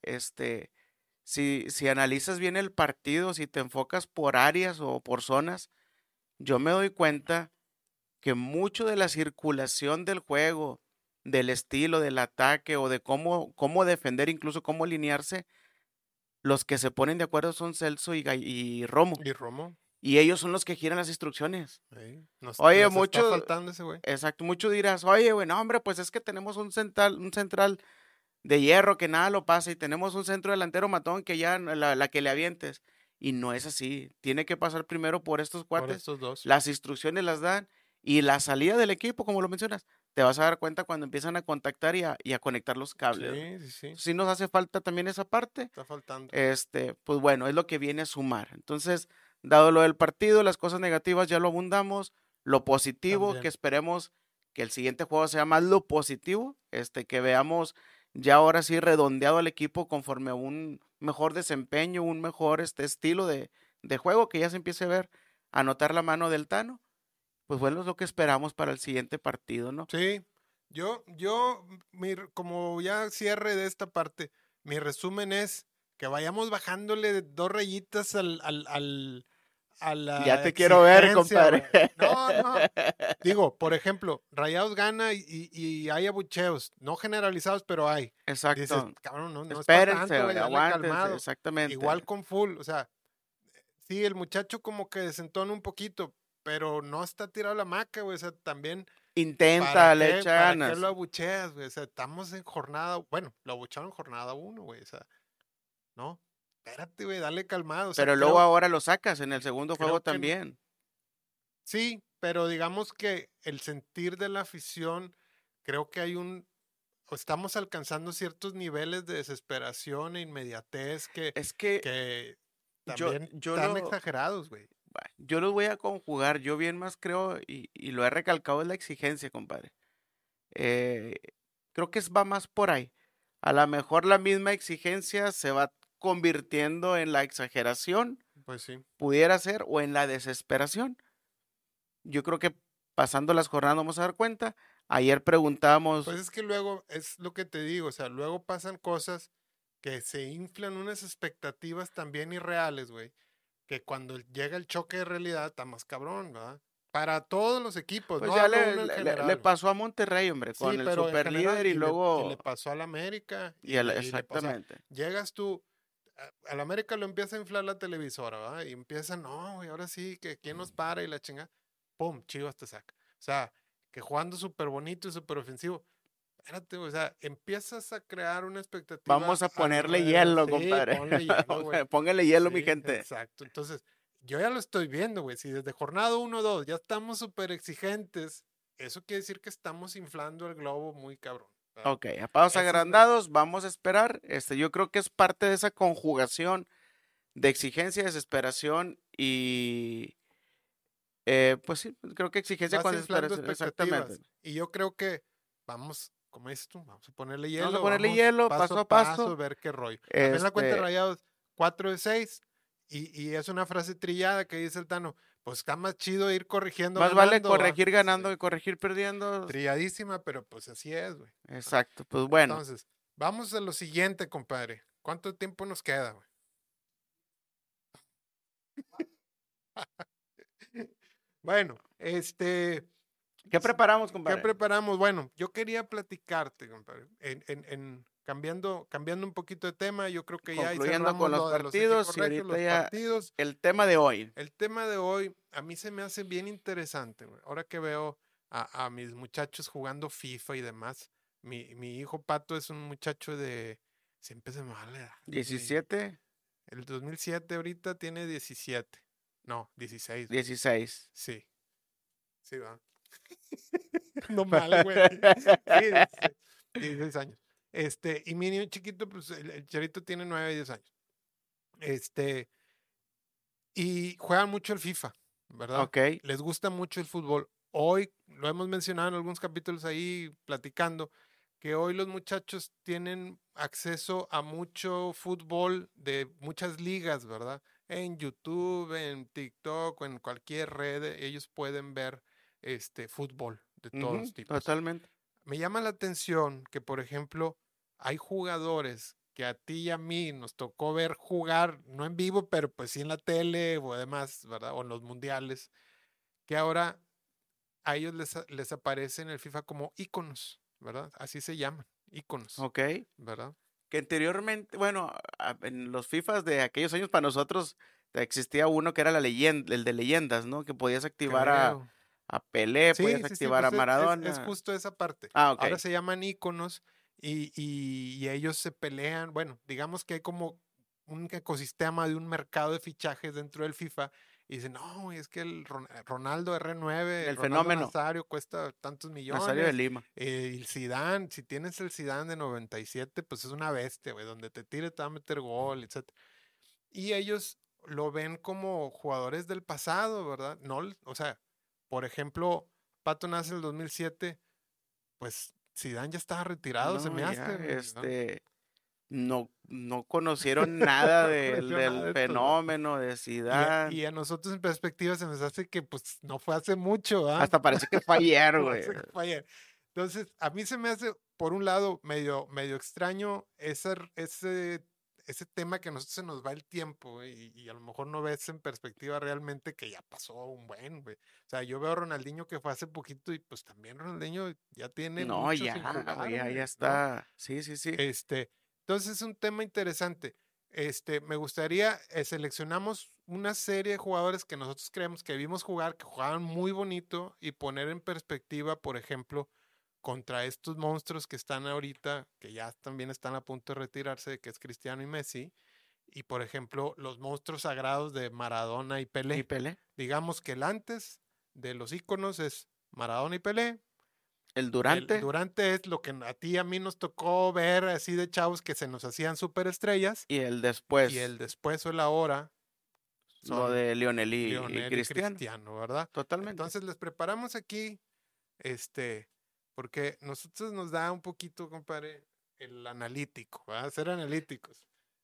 si analizas bien el partido, si te enfocas por áreas o por zonas, yo me doy cuenta que mucho de la circulación del juego, del estilo, del ataque o de cómo defender, incluso cómo alinearse, los que se ponen de acuerdo son Celso y Romo. Y Romo, Y ellos son los que giran las instrucciones. Oye, les está mucho, faltando ese güey. exacto, mucho dirás, oye, bueno, hombre, pues es que tenemos un central de hierro que nada lo pasa y tenemos un centro delantero matón que ya la que le avientes. Y no es así. Tiene que pasar primero por estos Por cuates. estos dos. Las instrucciones las dan y la salida del equipo, como lo mencionas, te vas a dar cuenta cuando empiezan a contactar y a conectar los cables. Sí, sí, sí, Sí nos hace falta también esa parte. está faltando. Pues bueno, es lo que viene a sumar. Entonces, dado lo del partido, las cosas negativas ya lo abundamos. Lo positivo, que También. esperemos que el siguiente juego sea más lo positivo, que veamos ya ahora sí redondeado al equipo conforme a un mejor desempeño, un mejor estilo de juego, que ya se empiece a ver, a notar la mano del Tano. Pues bueno, es lo que esperamos para el siguiente partido, ¿no? Sí, como ya cierre de esta parte, mi resumen es que vayamos bajándole dos rayitas a Ya la te quiero ver, exigencia, compadre. güey. No, no. Digo, por ejemplo, Rayados gana y hay abucheos, no generalizados, pero hay. Dices, Exacto. cabrón, no, no es para Espérense, tanto, güey, güey, dale aguántense, calmado. exactamente. Igual con Full, o sea, sí, el muchacho como que desentona un poquito, pero no está tirado a la maca, güey, o sea, también Intenta, le echa ¿para qué ganas. lo abucheas, güey? O sea, estamos en jornada, bueno, lo abucharon en jornada uno, güey, o sea, ¿no? Espérate, güey, dale calmado. O sea, Pero luego ahora lo sacas en el segundo juego creo que también. sí, pero digamos que el sentir de la afición, creo que o estamos alcanzando ciertos niveles de desesperación e inmediatez Es que que yo, también yo están lo, exagerados, güey. yo los voy a conjugar. Yo bien más creo, y lo he recalcado, es la exigencia, compadre. Eh, Creo que va más por ahí. A lo mejor la misma exigencia se va convirtiendo en la exageración, Pues sí. pudiera ser, o en la desesperación. Yo creo que pasando las jornadas vamos a dar cuenta. Ayer preguntábamos, Pues es que luego, es lo que te digo, o sea, luego pasan cosas que se inflan unas expectativas también irreales, güey, que cuando llega el choque de realidad está más cabrón, ¿verdad? Para todos los equipos, pues no ya hablo le, uno en le- le general, güey. pasó a Monterrey, hombre, Sí, con el pero en super general, líder y y le luego, pasó al América, o sea, exactamente. llegas tú, al América lo empieza a inflar la televisora, ¿verdad? Y empieza, no, güey, ahora sí, que quién nos para y la chinga, pum, Chivas te saca. O sea, que jugando súper bonito y súper ofensivo. Espérate, o sea, empiezas a crear una expectativa Vamos a ponerle alrededor. hielo, Sí, compadre. ponle hielo, güey. Póngale hielo, Sí, mi gente. exacto. Entonces, yo ya lo estoy viendo, güey. Si desde jornada 1-2 ya estamos súper exigentes, eso quiere decir que estamos inflando el globo muy cabrón, ¿verdad? Ok, a pasos Esa es agrandados, vamos a esperar. Yo creo que es parte de esa conjugación de exigencia, desesperación y, pues sí, creo que exigencia vas con inflando desesperación, exactamente. expectativas. Y yo creo que vamos, como dices tú, vamos a ponerle Vamos a hielo, ponerle vamos hielo paso paso a a paso, paso. ver qué rollo. A final de cuentas, Rayados 4-6, y es una frase trillada que dice el Tano, pues está más chido ir corrigiendo Más vale ganando, ¿va? corregir Sí. ganando que corregir perdiendo. Trilladísima, pero pues así es, güey. Exacto, pues bueno. Entonces, vamos a lo siguiente, compadre. ¿Cuánto tiempo nos queda, güey? Bueno, ¿Qué preparamos, ¿qué compadre? preparamos? Bueno, yo quería platicarte, compadre, cambiando un poquito de tema, yo creo que ya ahí Concluyendo con cerramos los lo de los equipos partidos y regios, ahorita los ya partidos. el tema de hoy. El tema de hoy a mí se me hace bien interesante, güey. Ahora que veo a mis muchachos jugando FIFA y demás, mi hijo Pato es un muchacho siempre se me va la edad, güey. 17, El 2007 ahorita tiene 17. No, 16, güey. 16. Sí, sí, va. No mal, güey. Sí, 16 años. Y mi niño chiquito, pues el chavito tiene 9, 10 años. Y juegan mucho el FIFA, ¿verdad? Ok. Les gusta mucho el fútbol. Hoy, lo hemos mencionado en algunos capítulos ahí platicando, que hoy los muchachos tienen acceso a mucho fútbol de muchas ligas, ¿verdad? En YouTube, en TikTok o en cualquier red, ellos pueden ver fútbol de todos Ujú, tipos. totalmente. Me llama la atención que, por ejemplo, hay jugadores que a ti y a mí nos tocó ver jugar, no en vivo, pero pues sí en la tele o además, ¿verdad? O en los mundiales, que ahora a ellos les aparece en el FIFA como íconos, ¿verdad? Así se llaman, íconos, Ok. ¿verdad? Que anteriormente, bueno, en los FIFAs de aquellos años para nosotros existía uno que era la leyenda, el de leyendas, ¿no? Que podías activar Creo. a Pelé, podías Sí, activar a pues es Maradona. justo esa parte. Ah, ok. Ahora se llaman íconos y ellos se pelean. Bueno, digamos que hay como un ecosistema de un mercado de fichajes dentro del FIFA y dicen, no, es que el Ronaldo R9, El Ronaldo fenómeno, Nazario cuesta tantos Nazario de millones. Lima. El Zidane, si tienes el Zidane de 97, pues es una bestia, güey, donde te tire te va a meter gol, etcétera. Y ellos lo ven como jugadores del pasado, ¿verdad? No, o sea, por ejemplo, Pato nace en el 2007, pues Zidane ya estaba retirado, se No, me ya, hace, güey, ¿no? no conocieron nada No del, conoció nada del de estos vatos. fenómeno de Y a, Zidane. y a nosotros en perspectiva se nos hace que pues no fue hace mucho, ¿ah? Hasta parece que fue ayer, güey. Parece que fue ayer. Entonces, a mí se me hace, por un lado, medio extraño ese tema que a nosotros se nos va el tiempo, güey, y a lo mejor no ves en perspectiva realmente que ya pasó un buen, güey. O sea, yo veo a Ronaldinho que fue hace poquito y pues también Ronaldinho ya tiene No, mucho sin ya, güey, jugar, ya güey, ¿no? está. Sí, sí, sí. Entonces es un tema interesante. Me gustaría, seleccionamos una serie de jugadores que nosotros creemos que vimos jugar, que jugaban muy bonito y poner en perspectiva, por ejemplo, contra estos monstruos que están ahorita, que ya también están a punto de retirarse, que es Cristiano y Messi, y por ejemplo, los monstruos sagrados de Maradona y Pelé. ¿Y Pelé? Digamos que el antes de los íconos es Maradona y Pelé. El Durante. El Durante es lo que a ti y a mí nos tocó ver así de chavos que se nos hacían superestrellas. Y el después. Y el después o el ahora lo de Lionel y Lionel y Cristiano, ¿verdad? Totalmente. Entonces les preparamos aquí, porque nosotros nos da un poquito, compadre, el analítico, ¿verdad? Ser analíticos.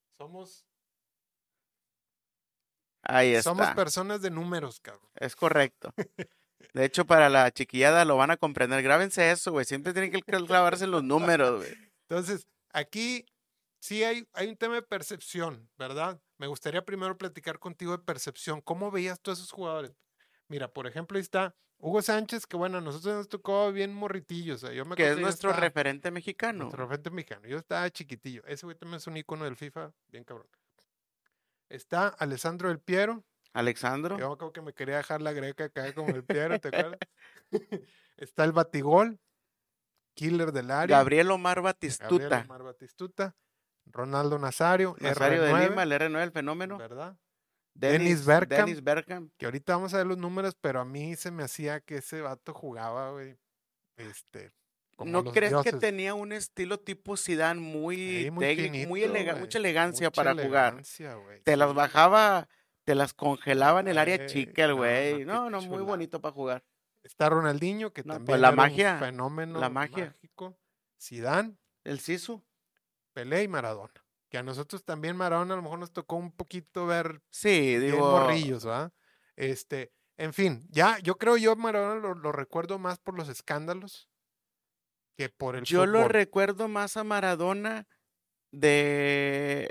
Ahí está. Somos personas de números, cabrón. Es correcto. De hecho, para la chiquillada lo van a comprender. Grábense eso, güey. Siempre tienen que clavarse en los números, güey. Entonces, aquí sí hay un tema de percepción, ¿verdad? Me gustaría primero platicar contigo de percepción. ¿Cómo veías tú a esos jugadores? Mira, por ejemplo, ahí está Hugo Sánchez, que bueno, a nosotros nos tocó bien morritillos. Yo me que acuerdo es nuestro referente mexicano. Nuestro referente mexicano. Yo estaba chiquitillo. Ese güey también es un ícono del FIFA, bien cabrón. Está Alessandro Del Piero. Alexandro. Yo creo que me quería dejar la greca acá como el Piero, ¿te acuerdas? Está el Batigol, Killer del área. Gabriel Omar Batistuta. Ronaldo Nazario R9, de Lima, el R9, el fenómeno. ¿Verdad? Dennis Bergkamp. Que ahorita vamos a ver los números, pero a mí se me hacía que ese vato jugaba, güey. ¿No crees dioses? Que tenía un estilo tipo Zidane muy técnico, mucha elegancia para jugar? Te las bajaba, te las congelaba en el área chica el güey. No, muy bonito para jugar. Está Ronaldinho, que también pues la era magia, un fenómeno mágico. Zidane. El Sisu. Pelé y Maradona. Que a nosotros también Maradona a lo mejor nos tocó un poquito ver morrillos, ¿verdad? En fin, yo creo Maradona lo recuerdo más por los escándalos que por el fútbol. Lo recuerdo más a Maradona de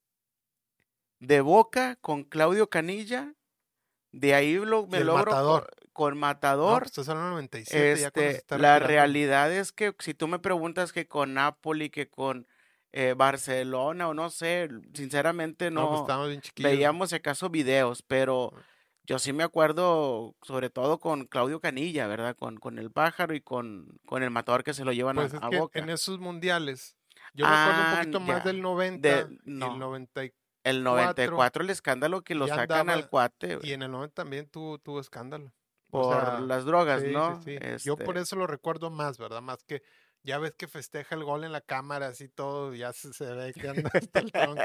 Boca con Claudio Canilla. De ahí me logro Matador. Con Matador. No, pues estás hablando del 97, ya cuando se está la realidad es que si tú me preguntas que con Napoli, que con Barcelona o no sé, sinceramente no pues bien veíamos si acaso videos, pero yo sí me acuerdo sobre todo con Claudio Canilla, ¿verdad? Con el Pájaro y con el Matador que se lo llevan pues a Boca. En esos mundiales, yo recuerdo un poquito más del 90 y el 94. El 94 el escándalo que lo sacan al cuate. Y en el 90 también tuvo escándalo. Por las drogas, sí, ¿no? Sí. Yo por eso lo recuerdo más, ¿verdad? Más que ya ves que festeja el gol en la cámara, así todo, ya se ve que anda hasta el tronco.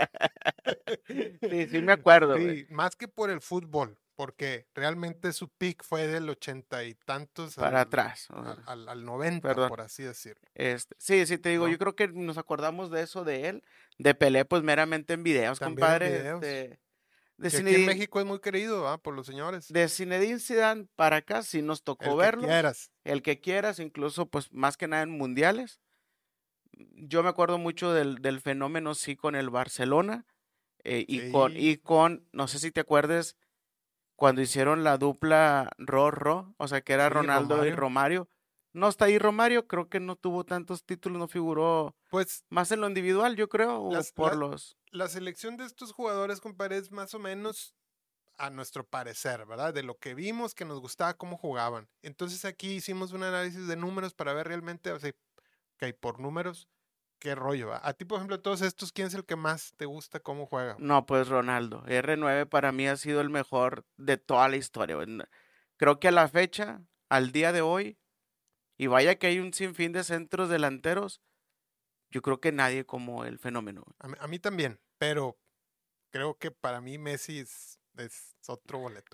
sí me acuerdo. Sí, más que por el fútbol, porque realmente su pick fue del 80 y tantos para atrás. Al 90, por así decirlo. Sí, te digo, ¿no? Yo creo que nos acordamos de eso de él, de Pelé, pues meramente en videos, también compadre. En videos. Que aquí en México es muy querido, por los señores. De Zinedine Zidane para acá sí nos tocó verlo. El que quieras, incluso pues más que nada en mundiales. Yo me acuerdo mucho del fenómeno, sí, con el Barcelona y con, no sé si te acuerdes, cuando hicieron la dupla Ro, o sea que era Ronaldo y Romario. No está ahí Romario, creo que no tuvo tantos títulos, no figuró pues más en lo individual, yo creo, La selección de estos jugadores, compadre, es más o menos a nuestro parecer, ¿verdad? De lo que vimos, que nos gustaba cómo jugaban. Entonces aquí hicimos un análisis de números para ver realmente, o sea, ok, por números, qué rollo, ¿va? A ti, por ejemplo, de todos estos, ¿quién es el que más te gusta cómo juega? No, pues Ronaldo. R9 para mí ha sido el mejor de toda la historia. Creo que a la fecha, al día de hoy, y vaya que hay un sinfín de centros delanteros, yo creo que nadie como el fenómeno. A mí también, pero creo que para mí Messi es otro boleto.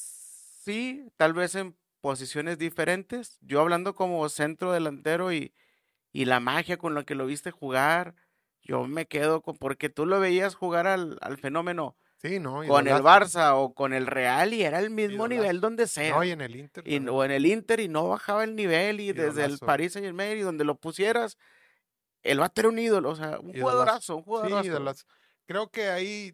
Sí, tal vez en posiciones diferentes. Yo hablando como centro delantero y la magia con la que lo viste jugar, yo me quedo porque tú lo veías jugar al fenómeno. Sí, no. Con el Barça o con el Real y era el mismo nivel donde sea. No, y en el Inter. O en el Inter y no bajaba el nivel y desde el Paris Saint-Germain y donde lo pusieras, el vato era un ídolo, o sea, un jugadorazo. Sí, creo que ahí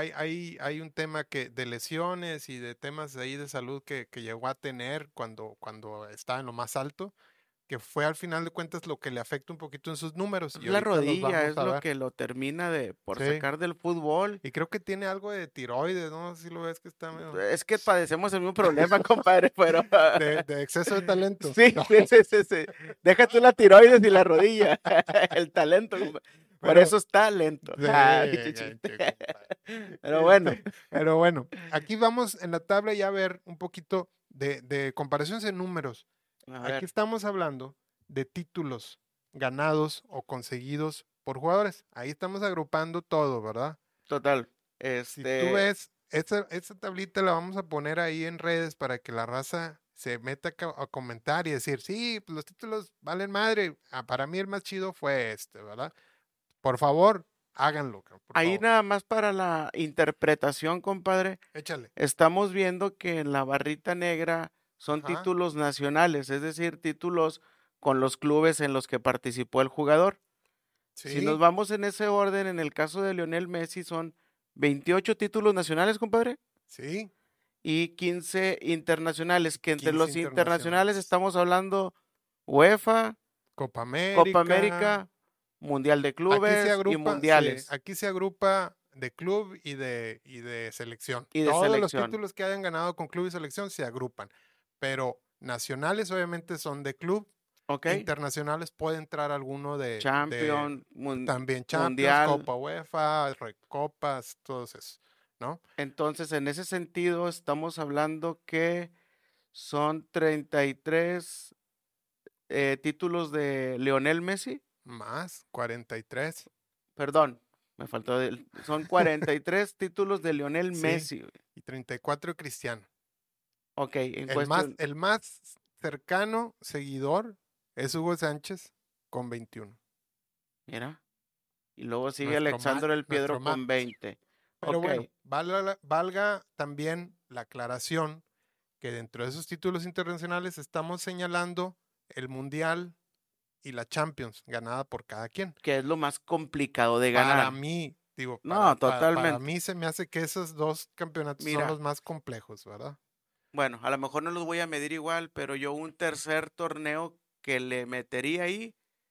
hay un tema de lesiones y de temas ahí de salud que llegó a tener cuando estaba en lo más alto, que fue al final de cuentas lo que le afecta un poquito en sus números. La rodilla es lo que lo termina por sacar del fútbol. Y creo que tiene algo de tiroides, ¿no? Si lo ves que está medio... Es que padecemos el mismo problema, compadre, pero... de exceso de talento. Sí, no. sí. Deja tú la tiroides y la rodilla, el talento. Por Pero- eso está lento. Sí, Ay, qué gancho, chiste. compadre. Pero bueno, Pero bueno, aquí vamos en la tabla ya a ver un poquito de comparaciones en números. a Aquí ver, estamos hablando de títulos ganados o conseguidos por jugadores. Ahí estamos agrupando todo, ¿verdad? total. Si tú ves, esa tablita la vamos a poner ahí en redes para que la raza se meta a comentar y decir, sí, pues los títulos valen madre. Para mí el más chido fue este, ¿verdad? Por favor, háganlo, por Ahí favor. nada más para la interpretación, compadre. Échale. Estamos viendo que en la barrita negra son Ajá. títulos nacionales, es decir, títulos con los clubes en los que participó el jugador. Si nos Sí, vamos en ese orden, en el caso de Lionel Messi son 28 títulos nacionales, compadre, sí. y 15 internacionales, que entre 15 los internacionales internacionales. estamos hablando UEFA, Copa Copa América. América, Mundial de Aquí se Clubes y agrupa, sí, Mundiales aquí se agrupa de club y de selección. y de Todos los selección. títulos que hayan ganado con club y selección se agrupan. Pero nacionales obviamente son de club. ¿Ok? Internacionales puede entrar alguno de Champion, también Champions, Mundial. Copa UEFA, Recopas, todos esos, ¿no? Entonces, en ese sentido, estamos hablando que son 33 títulos de Lionel Messi. Más 43. Perdón, me faltó. Son 43 títulos de Lionel Sí, Messi, güey. y 34 Cristiano. Ok, en El más, cuestión. el más cercano seguidor es Hugo Sánchez con 21. Mira. Y luego sigue Nuestro Alexandro El nuestro Piedro Matt. con 20. Pero Ok, bueno, valga también la aclaración que dentro de esos títulos internacionales estamos señalando el Mundial y la Champions ganada por cada quien. que es lo más complicado de Para ganar. mí, digo, No, para totalmente. mí se me hace que esos dos campeonatos son Mira, los más complejos, ¿verdad? bueno, a lo mejor no los voy a medir igual, pero yo un tercer torneo que le metería ahí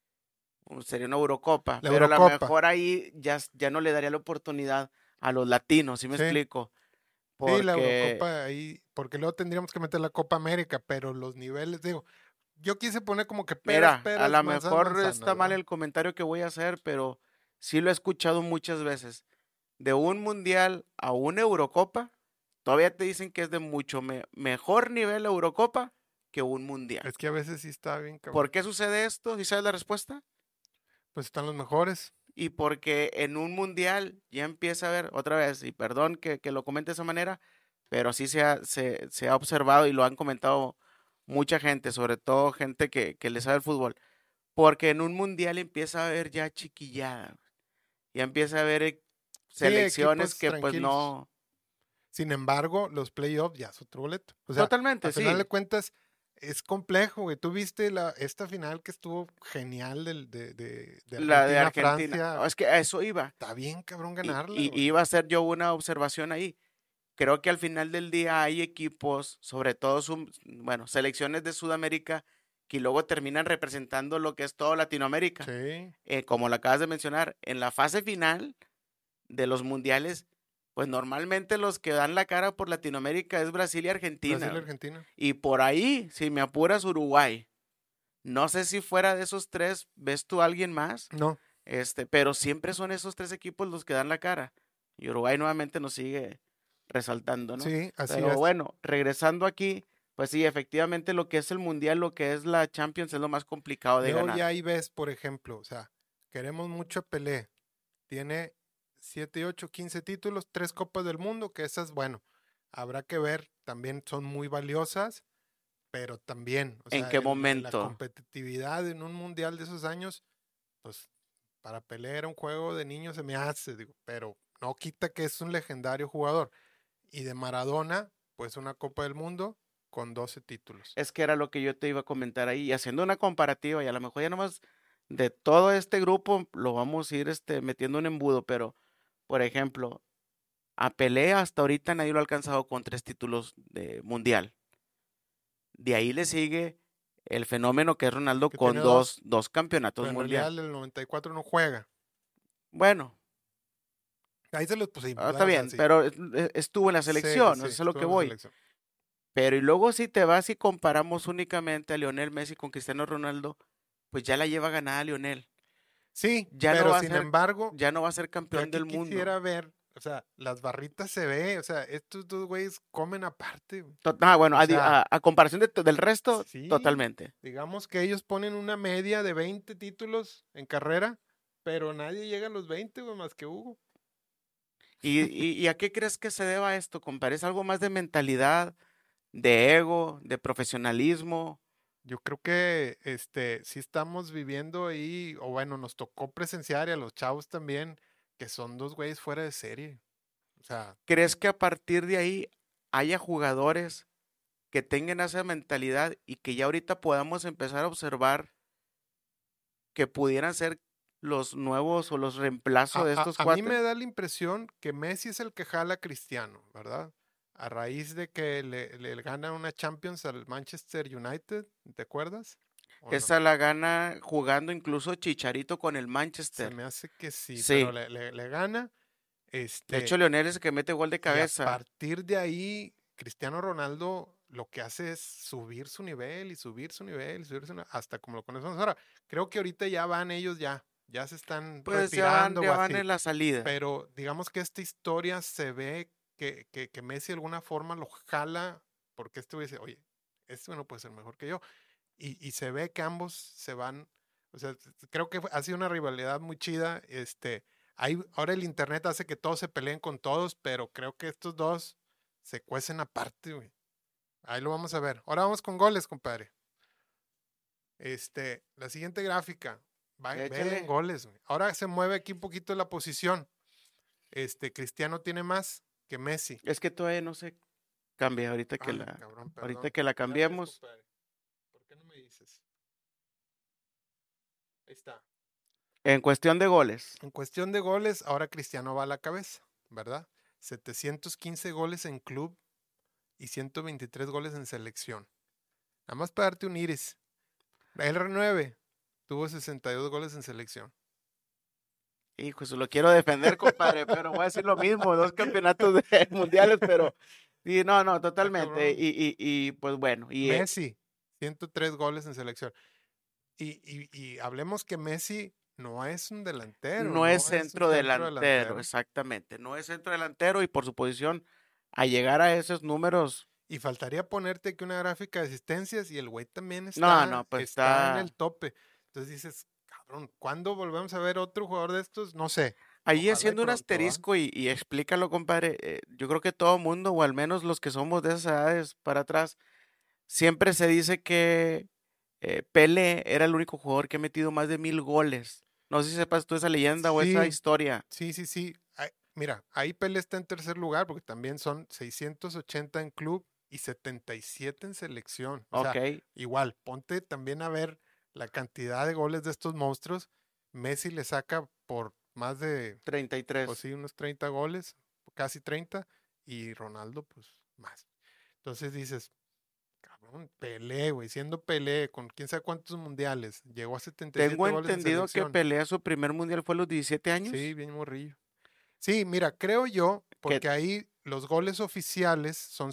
sería una Eurocopa, La pero a lo Eurocopa, mejor ahí ya no le daría la oportunidad a los latinos, ¿sí me sí. explico? Sí, la Porque, Eurocopa ahí, porque luego tendríamos que meter la Copa América, pero los niveles, digo, yo quise poner como que peras, mira, a peras, lo manzanas, mejor manzanas, está mal ¿verdad? el comentario que voy a hacer, pero sí lo he escuchado muchas veces. De un mundial a una Eurocopa, todavía te dicen que es de mucho mejor nivel la Eurocopa que un mundial. Es que a veces sí está bien, ¿Por cabrón. qué sucede esto? ¿Sí sabes la respuesta? Pues están los mejores. Y porque en un mundial ya empieza a ver, otra vez, y perdón que lo comente de esa manera, pero sí se ha observado y lo han comentado mucha gente, sobre todo gente que le sabe el fútbol, porque en un mundial empieza a haber ya chiquillada, ya empieza a haber Sí, selecciones equipos que pues tranquilos. no, Sin embargo, los playoffs ya es otro boleto. O sea, totalmente, a final de sí, cuentas, es complejo, güey. Tú viste esta final que estuvo genial de la de Argentina, Argentina-Francia. es que a eso iba, Está bien, cabrón, y, ganarla, y güey. iba a hacer yo una observación ahí. Creo que al final del día hay equipos, sobre todo, bueno, selecciones de Sudamérica, que luego terminan representando lo que es toda Latinoamérica. Sí, Como lo acabas de mencionar, en la fase final de los mundiales, pues normalmente los que dan la cara por Latinoamérica es Brasil y Argentina, Brasil y güey. Argentina. Y por ahí, si me apuras, Uruguay. No sé si fuera de esos tres, ¿ves tú a alguien más? No, Pero siempre son esos tres equipos los que dan la cara. Y Uruguay nuevamente nos sigue resaltando, ¿no? sí, así Pero es. bueno, regresando aquí, pues sí, efectivamente lo que es el Mundial, lo que es la Champions es lo más complicado de Luego ganar. ya ahí ves, por ejemplo, o sea, queremos mucho a Pelé. Tiene 7, 8, 15 títulos, 3 Copas del Mundo, que esas, bueno, habrá que ver, también son muy valiosas, pero también, o ¿En sea, qué la momento? competitividad en un mundial de esos años, pues para Pelé era un juego de niños, se me hace, digo, pero no quita que es un legendario jugador. Y de Maradona, pues una Copa del Mundo con 12 títulos. Es que era lo que yo te iba a comentar ahí, y haciendo una comparativa, y a lo mejor ya nomás de todo este grupo lo vamos a ir metiendo un embudo, pero, por ejemplo, a Pelé hasta ahorita nadie lo ha alcanzado con 3 títulos de Mundial. De ahí le sigue el fenómeno que es Ronaldo Que con tiene dos, dos campeonatos pero en mundial. realidad el 94 no juega. Bueno, Ahí se los pusimos, está ¿verdad? O sea, bien, sí. pero estuvo en la Sí, sí, selección, sí, eso es a lo estuvo que en la voy. selección. Pero y luego si te vas y comparamos únicamente a Lionel Messi con Cristiano Ronaldo, pues ya la lleva ganada Lionel. Sí, Ya no pero va a sin ser, embargo, ya no va a ser yo campeón aquí del mundo. quisiera ver, o sea, las barritas se ve, o sea, estos dos güeyes comen aparte, güey. Bueno, O sea, a comparación del resto, sí, totalmente. digamos que ellos ponen una media de 20 títulos en carrera, pero nadie llega a los 20, güey, más que Hugo. ¿Y a qué crees que se deba esto, compadre? ¿Es algo más de mentalidad, de ego, de profesionalismo? Yo creo que sí estamos viviendo ahí, o bueno, nos tocó presenciar y a los chavos también, que son dos güeyes fuera de serie. O sea, ¿Crees que a partir de ahí haya jugadores que tengan esa mentalidad y que ya ahorita podamos empezar a observar que pudieran ser los nuevos o los reemplazos de estos a mí me cuates? da la impresión que Messi es el que jala a Cristiano, ¿verdad? A raíz de que le gana una Champions al Manchester United, ¿te acuerdas? ¿O no? Esa la gana jugando incluso Chicharito con el Se Manchester. me hace que sí, pero Sí. le gana. De hecho, Leonel es el que mete gol de Y a cabeza. partir de ahí, Cristiano Ronaldo lo que hace es subir su nivel y subir su nivel y subir su nivel, hasta como lo conocemos ahora. Creo que ahorita ya van ellos ya se están Pues retirando o ya van así. en la salida. Pero digamos que esta historia se ve que Messi de alguna forma lo jala, porque este güey dice, oye, este no puede ser mejor que yo. Y se ve que ambos se van, o sea, creo que ha sido una rivalidad muy chida. Ahora el internet hace que todos se peleen con todos, pero creo que estos dos se cuecen aparte, güey. Ahí lo vamos a ver. Ahora vamos con goles, compadre. La siguiente gráfica. Ve en Échale. goles, güey. Ahora se mueve aquí un poquito la posición. Cristiano tiene más que Messi. Es que todavía no se cambia Cabrón, ahorita perdón. que la Ya ves, cambiemos. compadre. ¿Por qué no me dices? Ahí está. En cuestión de goles. En cuestión de goles, ahora Cristiano va a la cabeza, ¿verdad? 715 goles en club y 123 goles en selección. Nada más para darte un iris. El R9 tuvo 62 goles en selección. Hijo, eso lo quiero defender, compadre, pero voy a decir lo mismo, dos campeonatos mundiales, pero sí, no, Está totalmente. cabrón. Y pues bueno, Messi, 103 goles en selección. Y hablemos que Messi no es un delantero, no es no es un centro centro delantero, delantero. exactamente. No es centro delantero y por su posición, a llegar a esos números, Y faltaría ponerte aquí una gráfica de asistencias y el güey también no, pues está en está. el tope. Entonces dices, cabrón, ¿cuándo volvemos a ver otro jugador de estos? No sé. Ahí Ojalá y haciendo un pronto, ¿va? asterisco y explícalo, compadre. Yo creo que todo mundo, o al menos los que somos de esas edades para atrás, siempre se dice que Pelé era el único jugador que ha metido más de 1000 goles. No sé si sepas tú esa leyenda o esa Sí, historia. sí. Mira, ahí Pelé está en tercer lugar porque también son 680 en club y 77 en selección. O Ok, sea, igual, ponte también a ver la cantidad de goles de estos monstruos. Messi le saca por más de, pues 33. sí, unos 30 goles, casi 30, y Ronaldo, pues más. Entonces dices, cabrón, Pelé, güey, siendo Pelé con quién sabe cuántos mundiales, llegó a Tengo 77 goles en entendido que selección. Pelé su primer mundial fue a los 17 Sí, años. bien morrillo. Sí, mira, creo yo, Que, porque ahí los goles oficiales son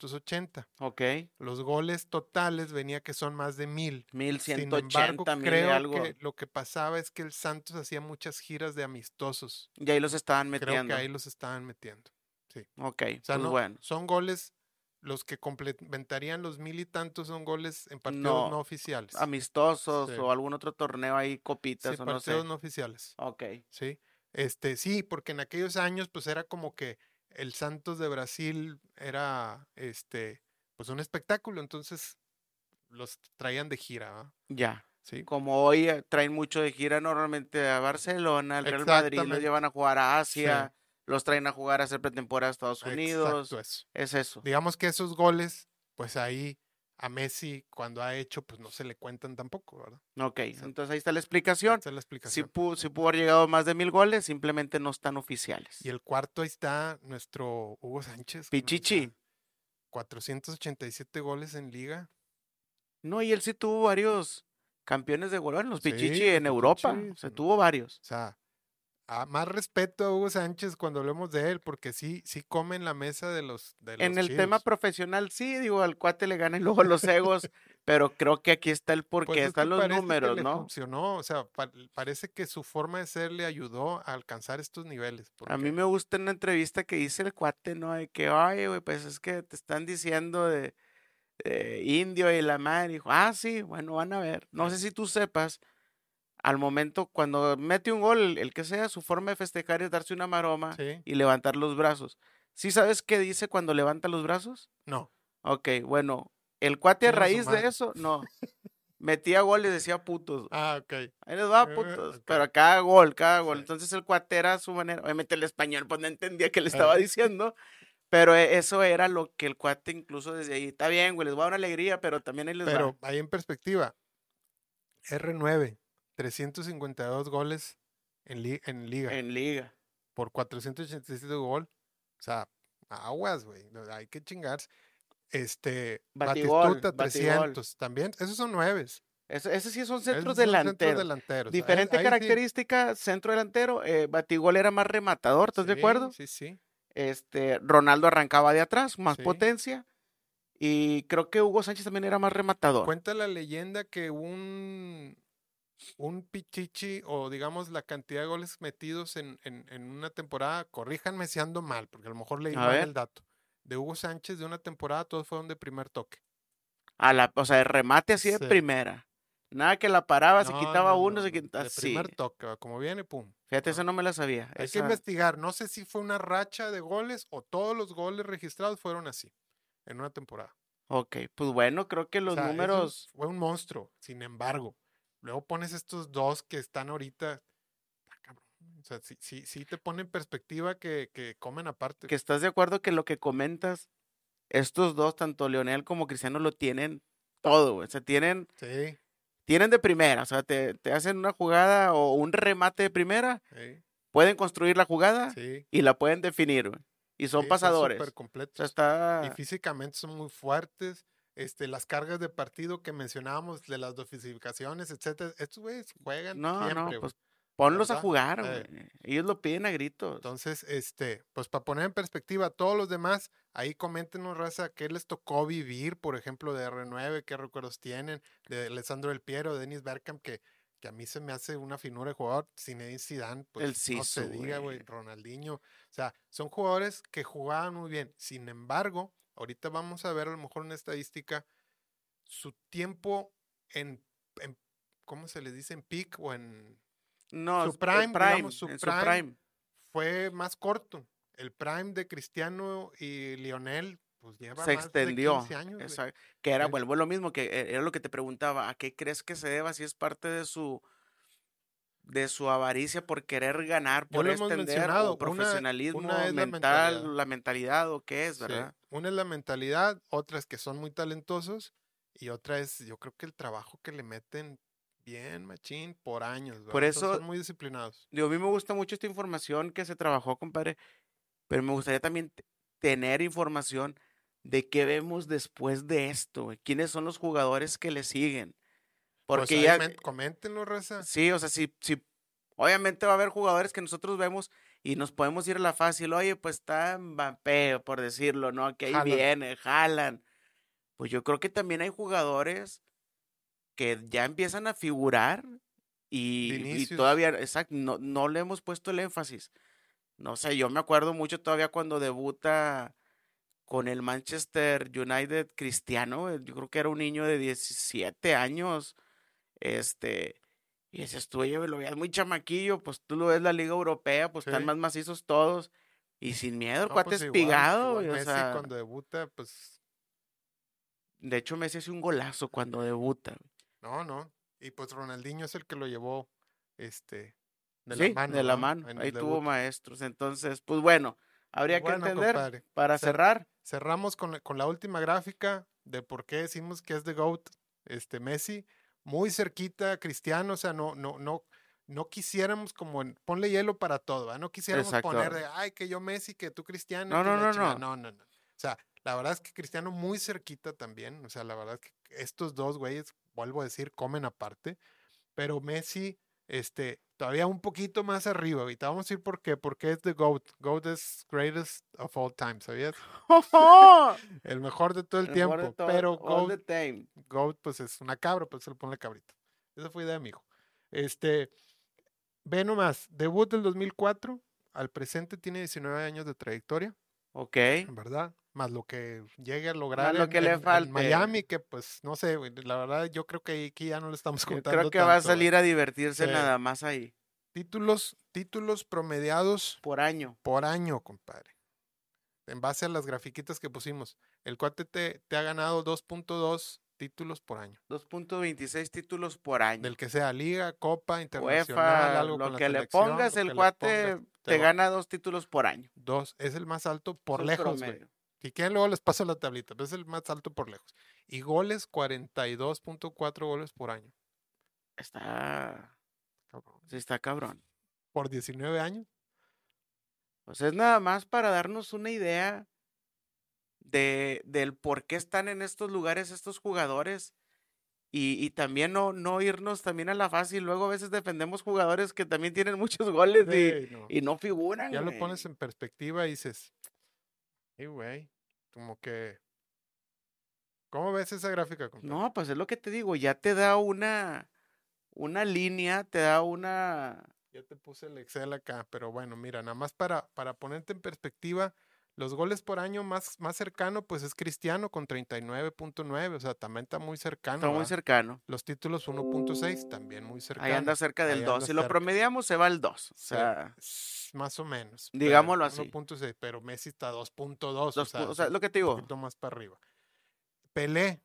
680. ok, Los goles totales venía que son más de 1000. Sin embargo, 1180, 1000 y creo algo. que lo que pasaba es que el Santos hacía muchas giras de amistosos. Y ahí los estaban Creo que metiendo. ahí los estaban metiendo. Sí. Ok, O sea, pues no, bueno. son goles, los que complementarían los 1000 y tantos son goles en partidos no No, oficiales. Sí, amistosos o algún otro torneo ahí, sí, copitas o no partidos sé. no oficiales. Ok. Sí. Sí, porque en aquellos años, pues era como que el Santos de Brasil era, pues un espectáculo, entonces los traían de gira, ¿va? Ya. Sí. Como hoy traen mucho de gira normalmente a Barcelona, al Real Madrid, los llevan Exactamente. a jugar a Sí, Asia, los traen a jugar a hacer pretemporada a Estados exacto Unidos. eso. Es eso. Digamos que esos goles, pues ahí a Messi cuando ha hecho, pues no se le cuentan tampoco, ¿verdad? Ok, O sea, entonces ahí está la explicación. esta es la Si explicación. pudo, si pudo haber llegado a más de 1000 goles, simplemente no están Y oficiales. el cuarto ahí está nuestro Hugo Sánchez, o Pichichi. sea, 487 goles en liga. No, y él sí tuvo varios campeones de goleo en los Pichichi Sí, los en Europa. O Pichichis. sea, tuvo varios. O sea, más respeto a Hugo Sánchez cuando hablemos de él, porque sí come en la mesa de En los el tema chidos. profesional, sí, digo, al cuate le ganan luego los egos, Pero creo que aquí está el Pues porqué, es que están los parece que números, le ¿no? funcionó, o sea, parece que su forma de ser le ayudó a alcanzar estos niveles, A mí porque me gusta una entrevista que dice el cuate, ¿no? De que, oye, güey, pues es que te están diciendo de indio y la madre. Dijo, ah, sí, bueno, van a ver. No sé si tú sepas, al momento cuando mete un gol, el que sea, su forma de festejar es darse una maroma sí, y levantar los brazos. ¿Sí sabes qué dice cuando levanta los brazos? no, Ok, bueno, el cuate a chinga su raíz de madre. eso, no, metía goles, decía putos. Ah, ok, Ahí les va, putos. ok, Pero cada gol, cada sí, gol. Entonces el cuate era a su manera. Obviamente el español, pues no entendía qué le estaba eh, diciendo. Pero eso era lo que el cuate incluso desde ahí. Está bien, güey, les va a dar una alegría, pero también ahí les va. pero ahí en perspectiva, R9, 352 goles en liga, En liga. por 487 gol, o sea, aguas, güey, hay que chingarse. Batigol, Batistuta, batigol. 300, también, esos son nueves, Ese sí son centros esos son centros delanteros. delanteros, Diferente ahí sí, característica, centro delantero. Batigol era más rematador, ¿estás de sí, acuerdo? sí, sí, Ronaldo arrancaba de atrás, más sí. potencia. Y creo que Hugo Sánchez también era más rematador. Cuenta la leyenda que un Pichichi, o digamos la cantidad de goles metidos en una temporada, corríjanme si ando mal, porque a lo mejor leí A mal ver. el dato, de Hugo Sánchez de una temporada, todos fueron de primer toque. O sea, el remate así de Sí. primera. Nada que la paraba, se No, quitaba no, uno, no, se no. quitaba De primer así. toque, va, como viene, pum. Fíjate, esa No. no me la sabía. Hay que Esa, investigar. No sé si fue una racha de goles o todos los goles registrados fueron así, en una temporada. ok, pues bueno, creo que O los sea, eso números, fue un monstruo. Sin embargo, luego pones estos dos que están ahorita. Cabrón. O sea, sí, sí, sí te pone en perspectiva que comen aparte. que estás de acuerdo que lo que comentas, estos dos, tanto Leonel como Cristiano, lo tienen todo, güey. O sea, Sí, tienen de primera. O sea, te hacen una jugada o un remate de primera, sí, pueden construir la jugada sí, y la pueden definir, güey. Y son sí, son súper pasadores. O sea, completos. Y está. físicamente son muy fuertes. Las cargas de partido que mencionábamos, de las dosificaciones, etcétera. Estos güeyes juegan No, no, siempre, güey. pues ponlos a ¿Verdad? jugar, güey. Ellos lo piden a gritos. Entonces, pues para poner en perspectiva a todos los demás, ahí coméntenos, raza, qué les tocó vivir, por ejemplo, de R9, qué recuerdos tienen, de Alessandro Del Piero, de Dennis Bergkamp, que a mí se me hace una finura de jugador, Zinedine Zidane, El pues no se Sisu, diga, güey. güey, Ronaldinho, o sea, son jugadores que jugaban muy bien. Sin embargo, ahorita vamos a ver a lo mejor una estadística, su tiempo en ¿cómo se les dice? En peak o en No, su prime, digamos, su en su prime prime. fue más corto. El prime de Cristiano y Lionel, pues lleva Se más de extendió. 15 años, güey. Que era, Sí, vuelvo a lo mismo, que era lo que te preguntaba, ¿a qué crees que se deba si es parte de su avaricia por querer ganar, ya por lo hemos extender, o mencionado, una profesionalismo es la mentalidad. mental, la mentalidad, o qué es, Sí, ¿verdad? una es la mentalidad, otra es que son muy talentosos y otra es, yo creo que el trabajo que le meten bien, machín, por años, Por ¿verdad? Son eso, muy disciplinados. digo, a mí me gusta mucho esta información que se trabajó, compadre, pero me gustaría también tener información de qué vemos después de esto, güey. ¿Quiénes son los jugadores que le siguen? Pues Porque ahí ya, coméntenlo, raza. sí, o sea, sí, obviamente va a haber jugadores que nosotros vemos y nos podemos ir a la fácil, oye, pues está Mbappé, por decirlo, ¿no? Que ahí Jalan. viene, jalan. Pues yo creo que también hay jugadores que ya empiezan a figurar y Vinicius. todavía, exacto, no le hemos puesto el énfasis. No sé, yo me acuerdo mucho todavía cuando debuta con el Manchester United Cristiano, yo creo que era un niño de 17 años, este, y dices tú, oye, lo veías muy chamaquillo, pues tú lo ves la Liga Europea, pues están Sí. más macizos todos, y sin miedo, el No, cuate pues igual, espigado, igual güey, o Messi sea, cuando debuta, pues de hecho Messi hace un golazo cuando debuta. no, no. Y pues Ronaldinho es el que lo llevó, este, de la Sí, de mano, la ¿no? mano, En ahí el tuvo debut. maestros, entonces, pues bueno, Pues habría que bueno, entender, compadre. para cerrar, Cerramos con la última gráfica de por qué decimos que es de GOAT, Messi. Muy cerquita, Cristiano, o sea, no quisiéramos como ponle hielo para todo, ¿verdad? No quisiéramos poner exacto. de, ay, que yo Messi, que tú Cristiano y No, que no, la no, chingada. no. No, no, no. O sea, la verdad es que Cristiano muy cerquita también. O sea, la verdad es que estos dos güeyes, vuelvo a decir, comen aparte. Pero Messi Todavía un poquito más arriba. Ahorita vamos a ir por qué. Porque es the GOAT. GOAT es greatest of all time, ¿sabías? El mejor de todo el tiempo. Pero all the time. GOAT, pues es una cabra, pues se le pone cabrita. Esa fue idea de mi hijo. Ve nomás, debut del 2004, al presente tiene 19 años de trayectoria. Ok. ¿Verdad? Más lo que llegue a lograr lo que le en falte. Miami, que pues no sé, güey, la verdad yo creo que aquí ya no le estamos Yo contando creo que va a tanto, salir güey. a divertirse Sí. nada más ahí. Títulos promediados Por año. por año, compadre. En base a las grafiquitas que pusimos. El cuate te ha ganado 2.2 títulos por año. 2.26 títulos por año. Del que sea Liga, Copa, Internacional, UEFA, algo lo con la que le selección. pongas, lo el que le cuate pongas, te gana 2 títulos por año. 2. Es el más alto por Es el lejos, güey. promedio. Si quieren, luego les paso la tablita, pero es el más alto por lejos. Y goles, 42.4 goles por año. Está Cabrón. Sí, está cabrón. Por 19 años. Pues es nada más para darnos una idea del por qué están en estos lugares estos jugadores y también no irnos también a la fácil. Luego a veces defendemos jugadores que también tienen muchos goles Sí, no. y no figuran, Ya lo güey. pones en perspectiva y dices, güey, como que... ¿Cómo ves esa gráfica, compadre? No, pues es lo que te digo, ya te da una línea, te da una... Ya te puse el Excel acá, pero bueno, mira, nada más para ponerte en perspectiva, los goles por año más cercano, pues es Cristiano con 39.9, o sea, también está muy cercano. Está muy ¿verdad? cercano. Los títulos 1.6, también muy cercano. Ahí anda cerca del Ahí 2. anda Si lo cerca. promediamos, se va al 2. O Sí, sea, más o menos. digámoslo así. 1.6, pero Messi está 2.2, o sea, lo que te digo. un poquito más para arriba. Pelé,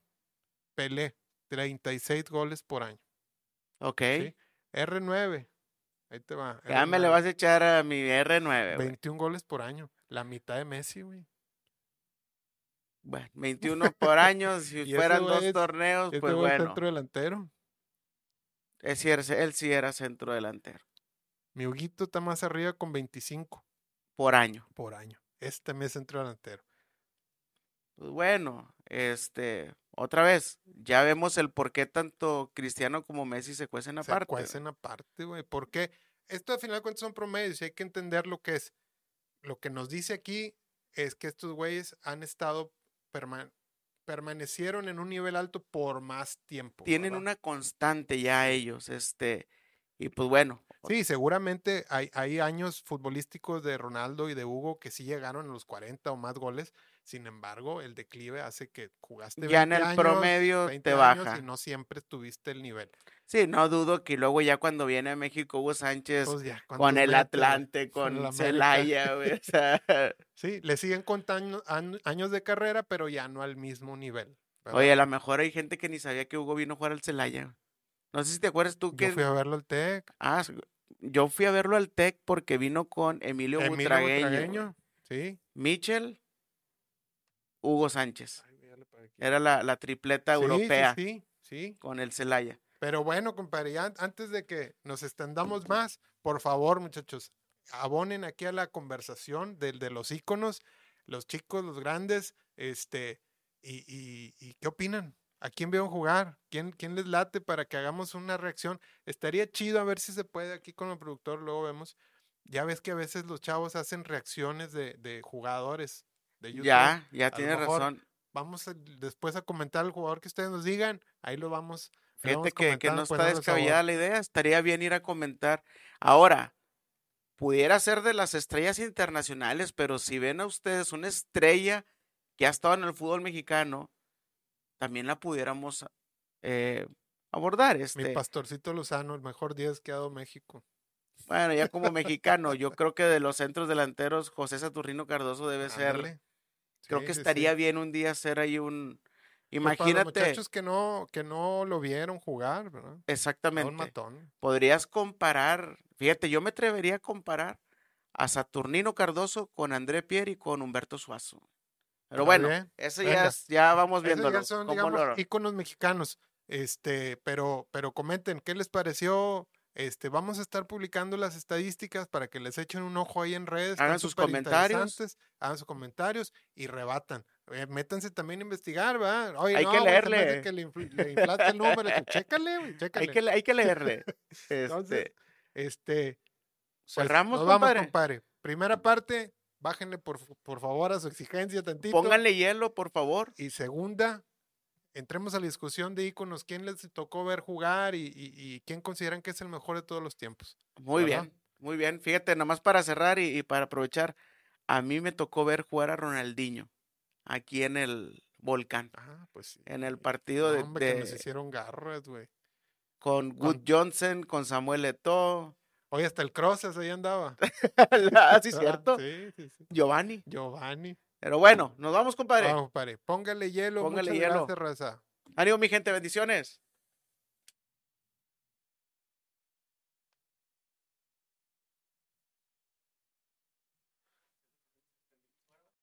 36 goles por año. Ok. ¿Sí? R9, ahí te va. Ya me le vas a echar a mi R9, güey. 21 goles por año, la mitad de Messi, güey. Bueno, 21 por año, si fueran 2 torneos, pues bueno. Centro delantero. Él sí era centro delantero. Mi Huguito está más arriba con 25. Por año. Por año. Este también es centro delantero. Pues bueno, otra vez, ya vemos el por qué tanto Cristiano como Messi se cuecen aparte. Se cuecen aparte, güey. ¿Por qué? Esto al final de cuentas son promedios y hay que entender lo que es. Lo que nos dice aquí es que estos güeyes han estado permanecieron en un nivel alto por más tiempo. Tienen ¿verdad? una constante ya ellos, y pues bueno. Sí, seguramente hay años futbolísticos de Ronaldo y de Hugo que sí llegaron a los 40 o más goles. Sin embargo, el declive hace que jugaste 20 ya en el años, promedio 20 te años baja. y no siempre tuviste el nivel. Sí, no dudo que luego ya cuando viene a México Hugo Sánchez Pues ya, con el mete, Atlante, con el con América. Celaya, güey, o sea, Sí, le siguen contando años de carrera, pero ya no al mismo nivel. ¿verdad? Oye, a lo mejor hay gente que ni sabía que Hugo vino a jugar al Celaya. No sé si te acuerdas tú que... Yo fui a verlo al TEC. Ah, yo fui a verlo al TEC porque vino con Emilio Butragueño. Sí. Michel, Hugo Sánchez. Ay, era la tripleta europea sí. con el Celaya. Pero bueno, compadre, ya antes de que nos extendamos más, por favor, muchachos, abonen aquí a la conversación de los íconos, los chicos, los grandes, y ¿qué opinan? ¿A quién vieron jugar? ¿Quién les late para que hagamos una reacción? Estaría chido a ver si se puede aquí con el productor, luego vemos. Ya ves que a veces los chavos hacen reacciones de jugadores de YouTube. Ya tienes razón. Vamos después a comentar al jugador que ustedes nos digan, ahí lo vamos. Fíjate que no está poniendo descabellada sabor. la idea, estaría bien ir a comentar. Ahora, pudiera ser de las estrellas internacionales, pero si ven a ustedes una estrella que ha estado en el fútbol mexicano, también la pudiéramos abordar. Mi Pastorcito Lozano, el mejor 10 que ha dado México. Bueno, ya como mexicano, yo creo que de los centros delanteros, José Saturnino Cardoso debe ser. Creo que estaría bien un día hacer ahí un. Imagínate. Pues para los muchachos que no lo vieron jugar, ¿verdad? Exactamente. Un matón. Podrías comparar, fíjate, yo me atrevería a comparar a Saturnino Cardoso con André Pierre y con Humberto Suazo. Pero bueno, eso ya vamos viéndolo. Esos ya son, digamos, íconos mexicanos. Pero comenten, ¿qué les pareció? Vamos a estar publicando las estadísticas para que les echen un ojo ahí en redes. Hagan sus comentarios. Hagan sus comentarios y rebatan. Métanse también a investigar, ¿va? Oye, Hay no, que güey, se me hace leerle. que le inflaste el número. Chécale, güey, chécale. Hay que leerle. Entonces, pues Cerramos, nos vamos, compadre. compadre. Primera parte, bájenle por favor a su exigencia tantito. Pónganle hielo, por favor. Y segunda, entremos a la discusión de íconos. ¿Quién les tocó ver jugar y quién consideran que es el mejor de todos los tiempos? Muy ¿Verdad? bien, muy bien. Fíjate, nomás para cerrar y para aprovechar, a mí me tocó ver jugar a Ronaldinho aquí en el Volcán, Ah, pues sí. en el partido No, hombre, que nos hicieron garras, güey. con Good Johnson, con Samuel Eto'o. Oye, hasta el Crosses ahí andaba. Sí, cierto. Sí, sí, sí. Giovanni. Giovanni. Pero bueno, nos vamos, compadre. Vamos, compadre. Póngale hielo. Póngale Muchas hielo. gracias, raza. Ánimo, mi gente, bendiciones.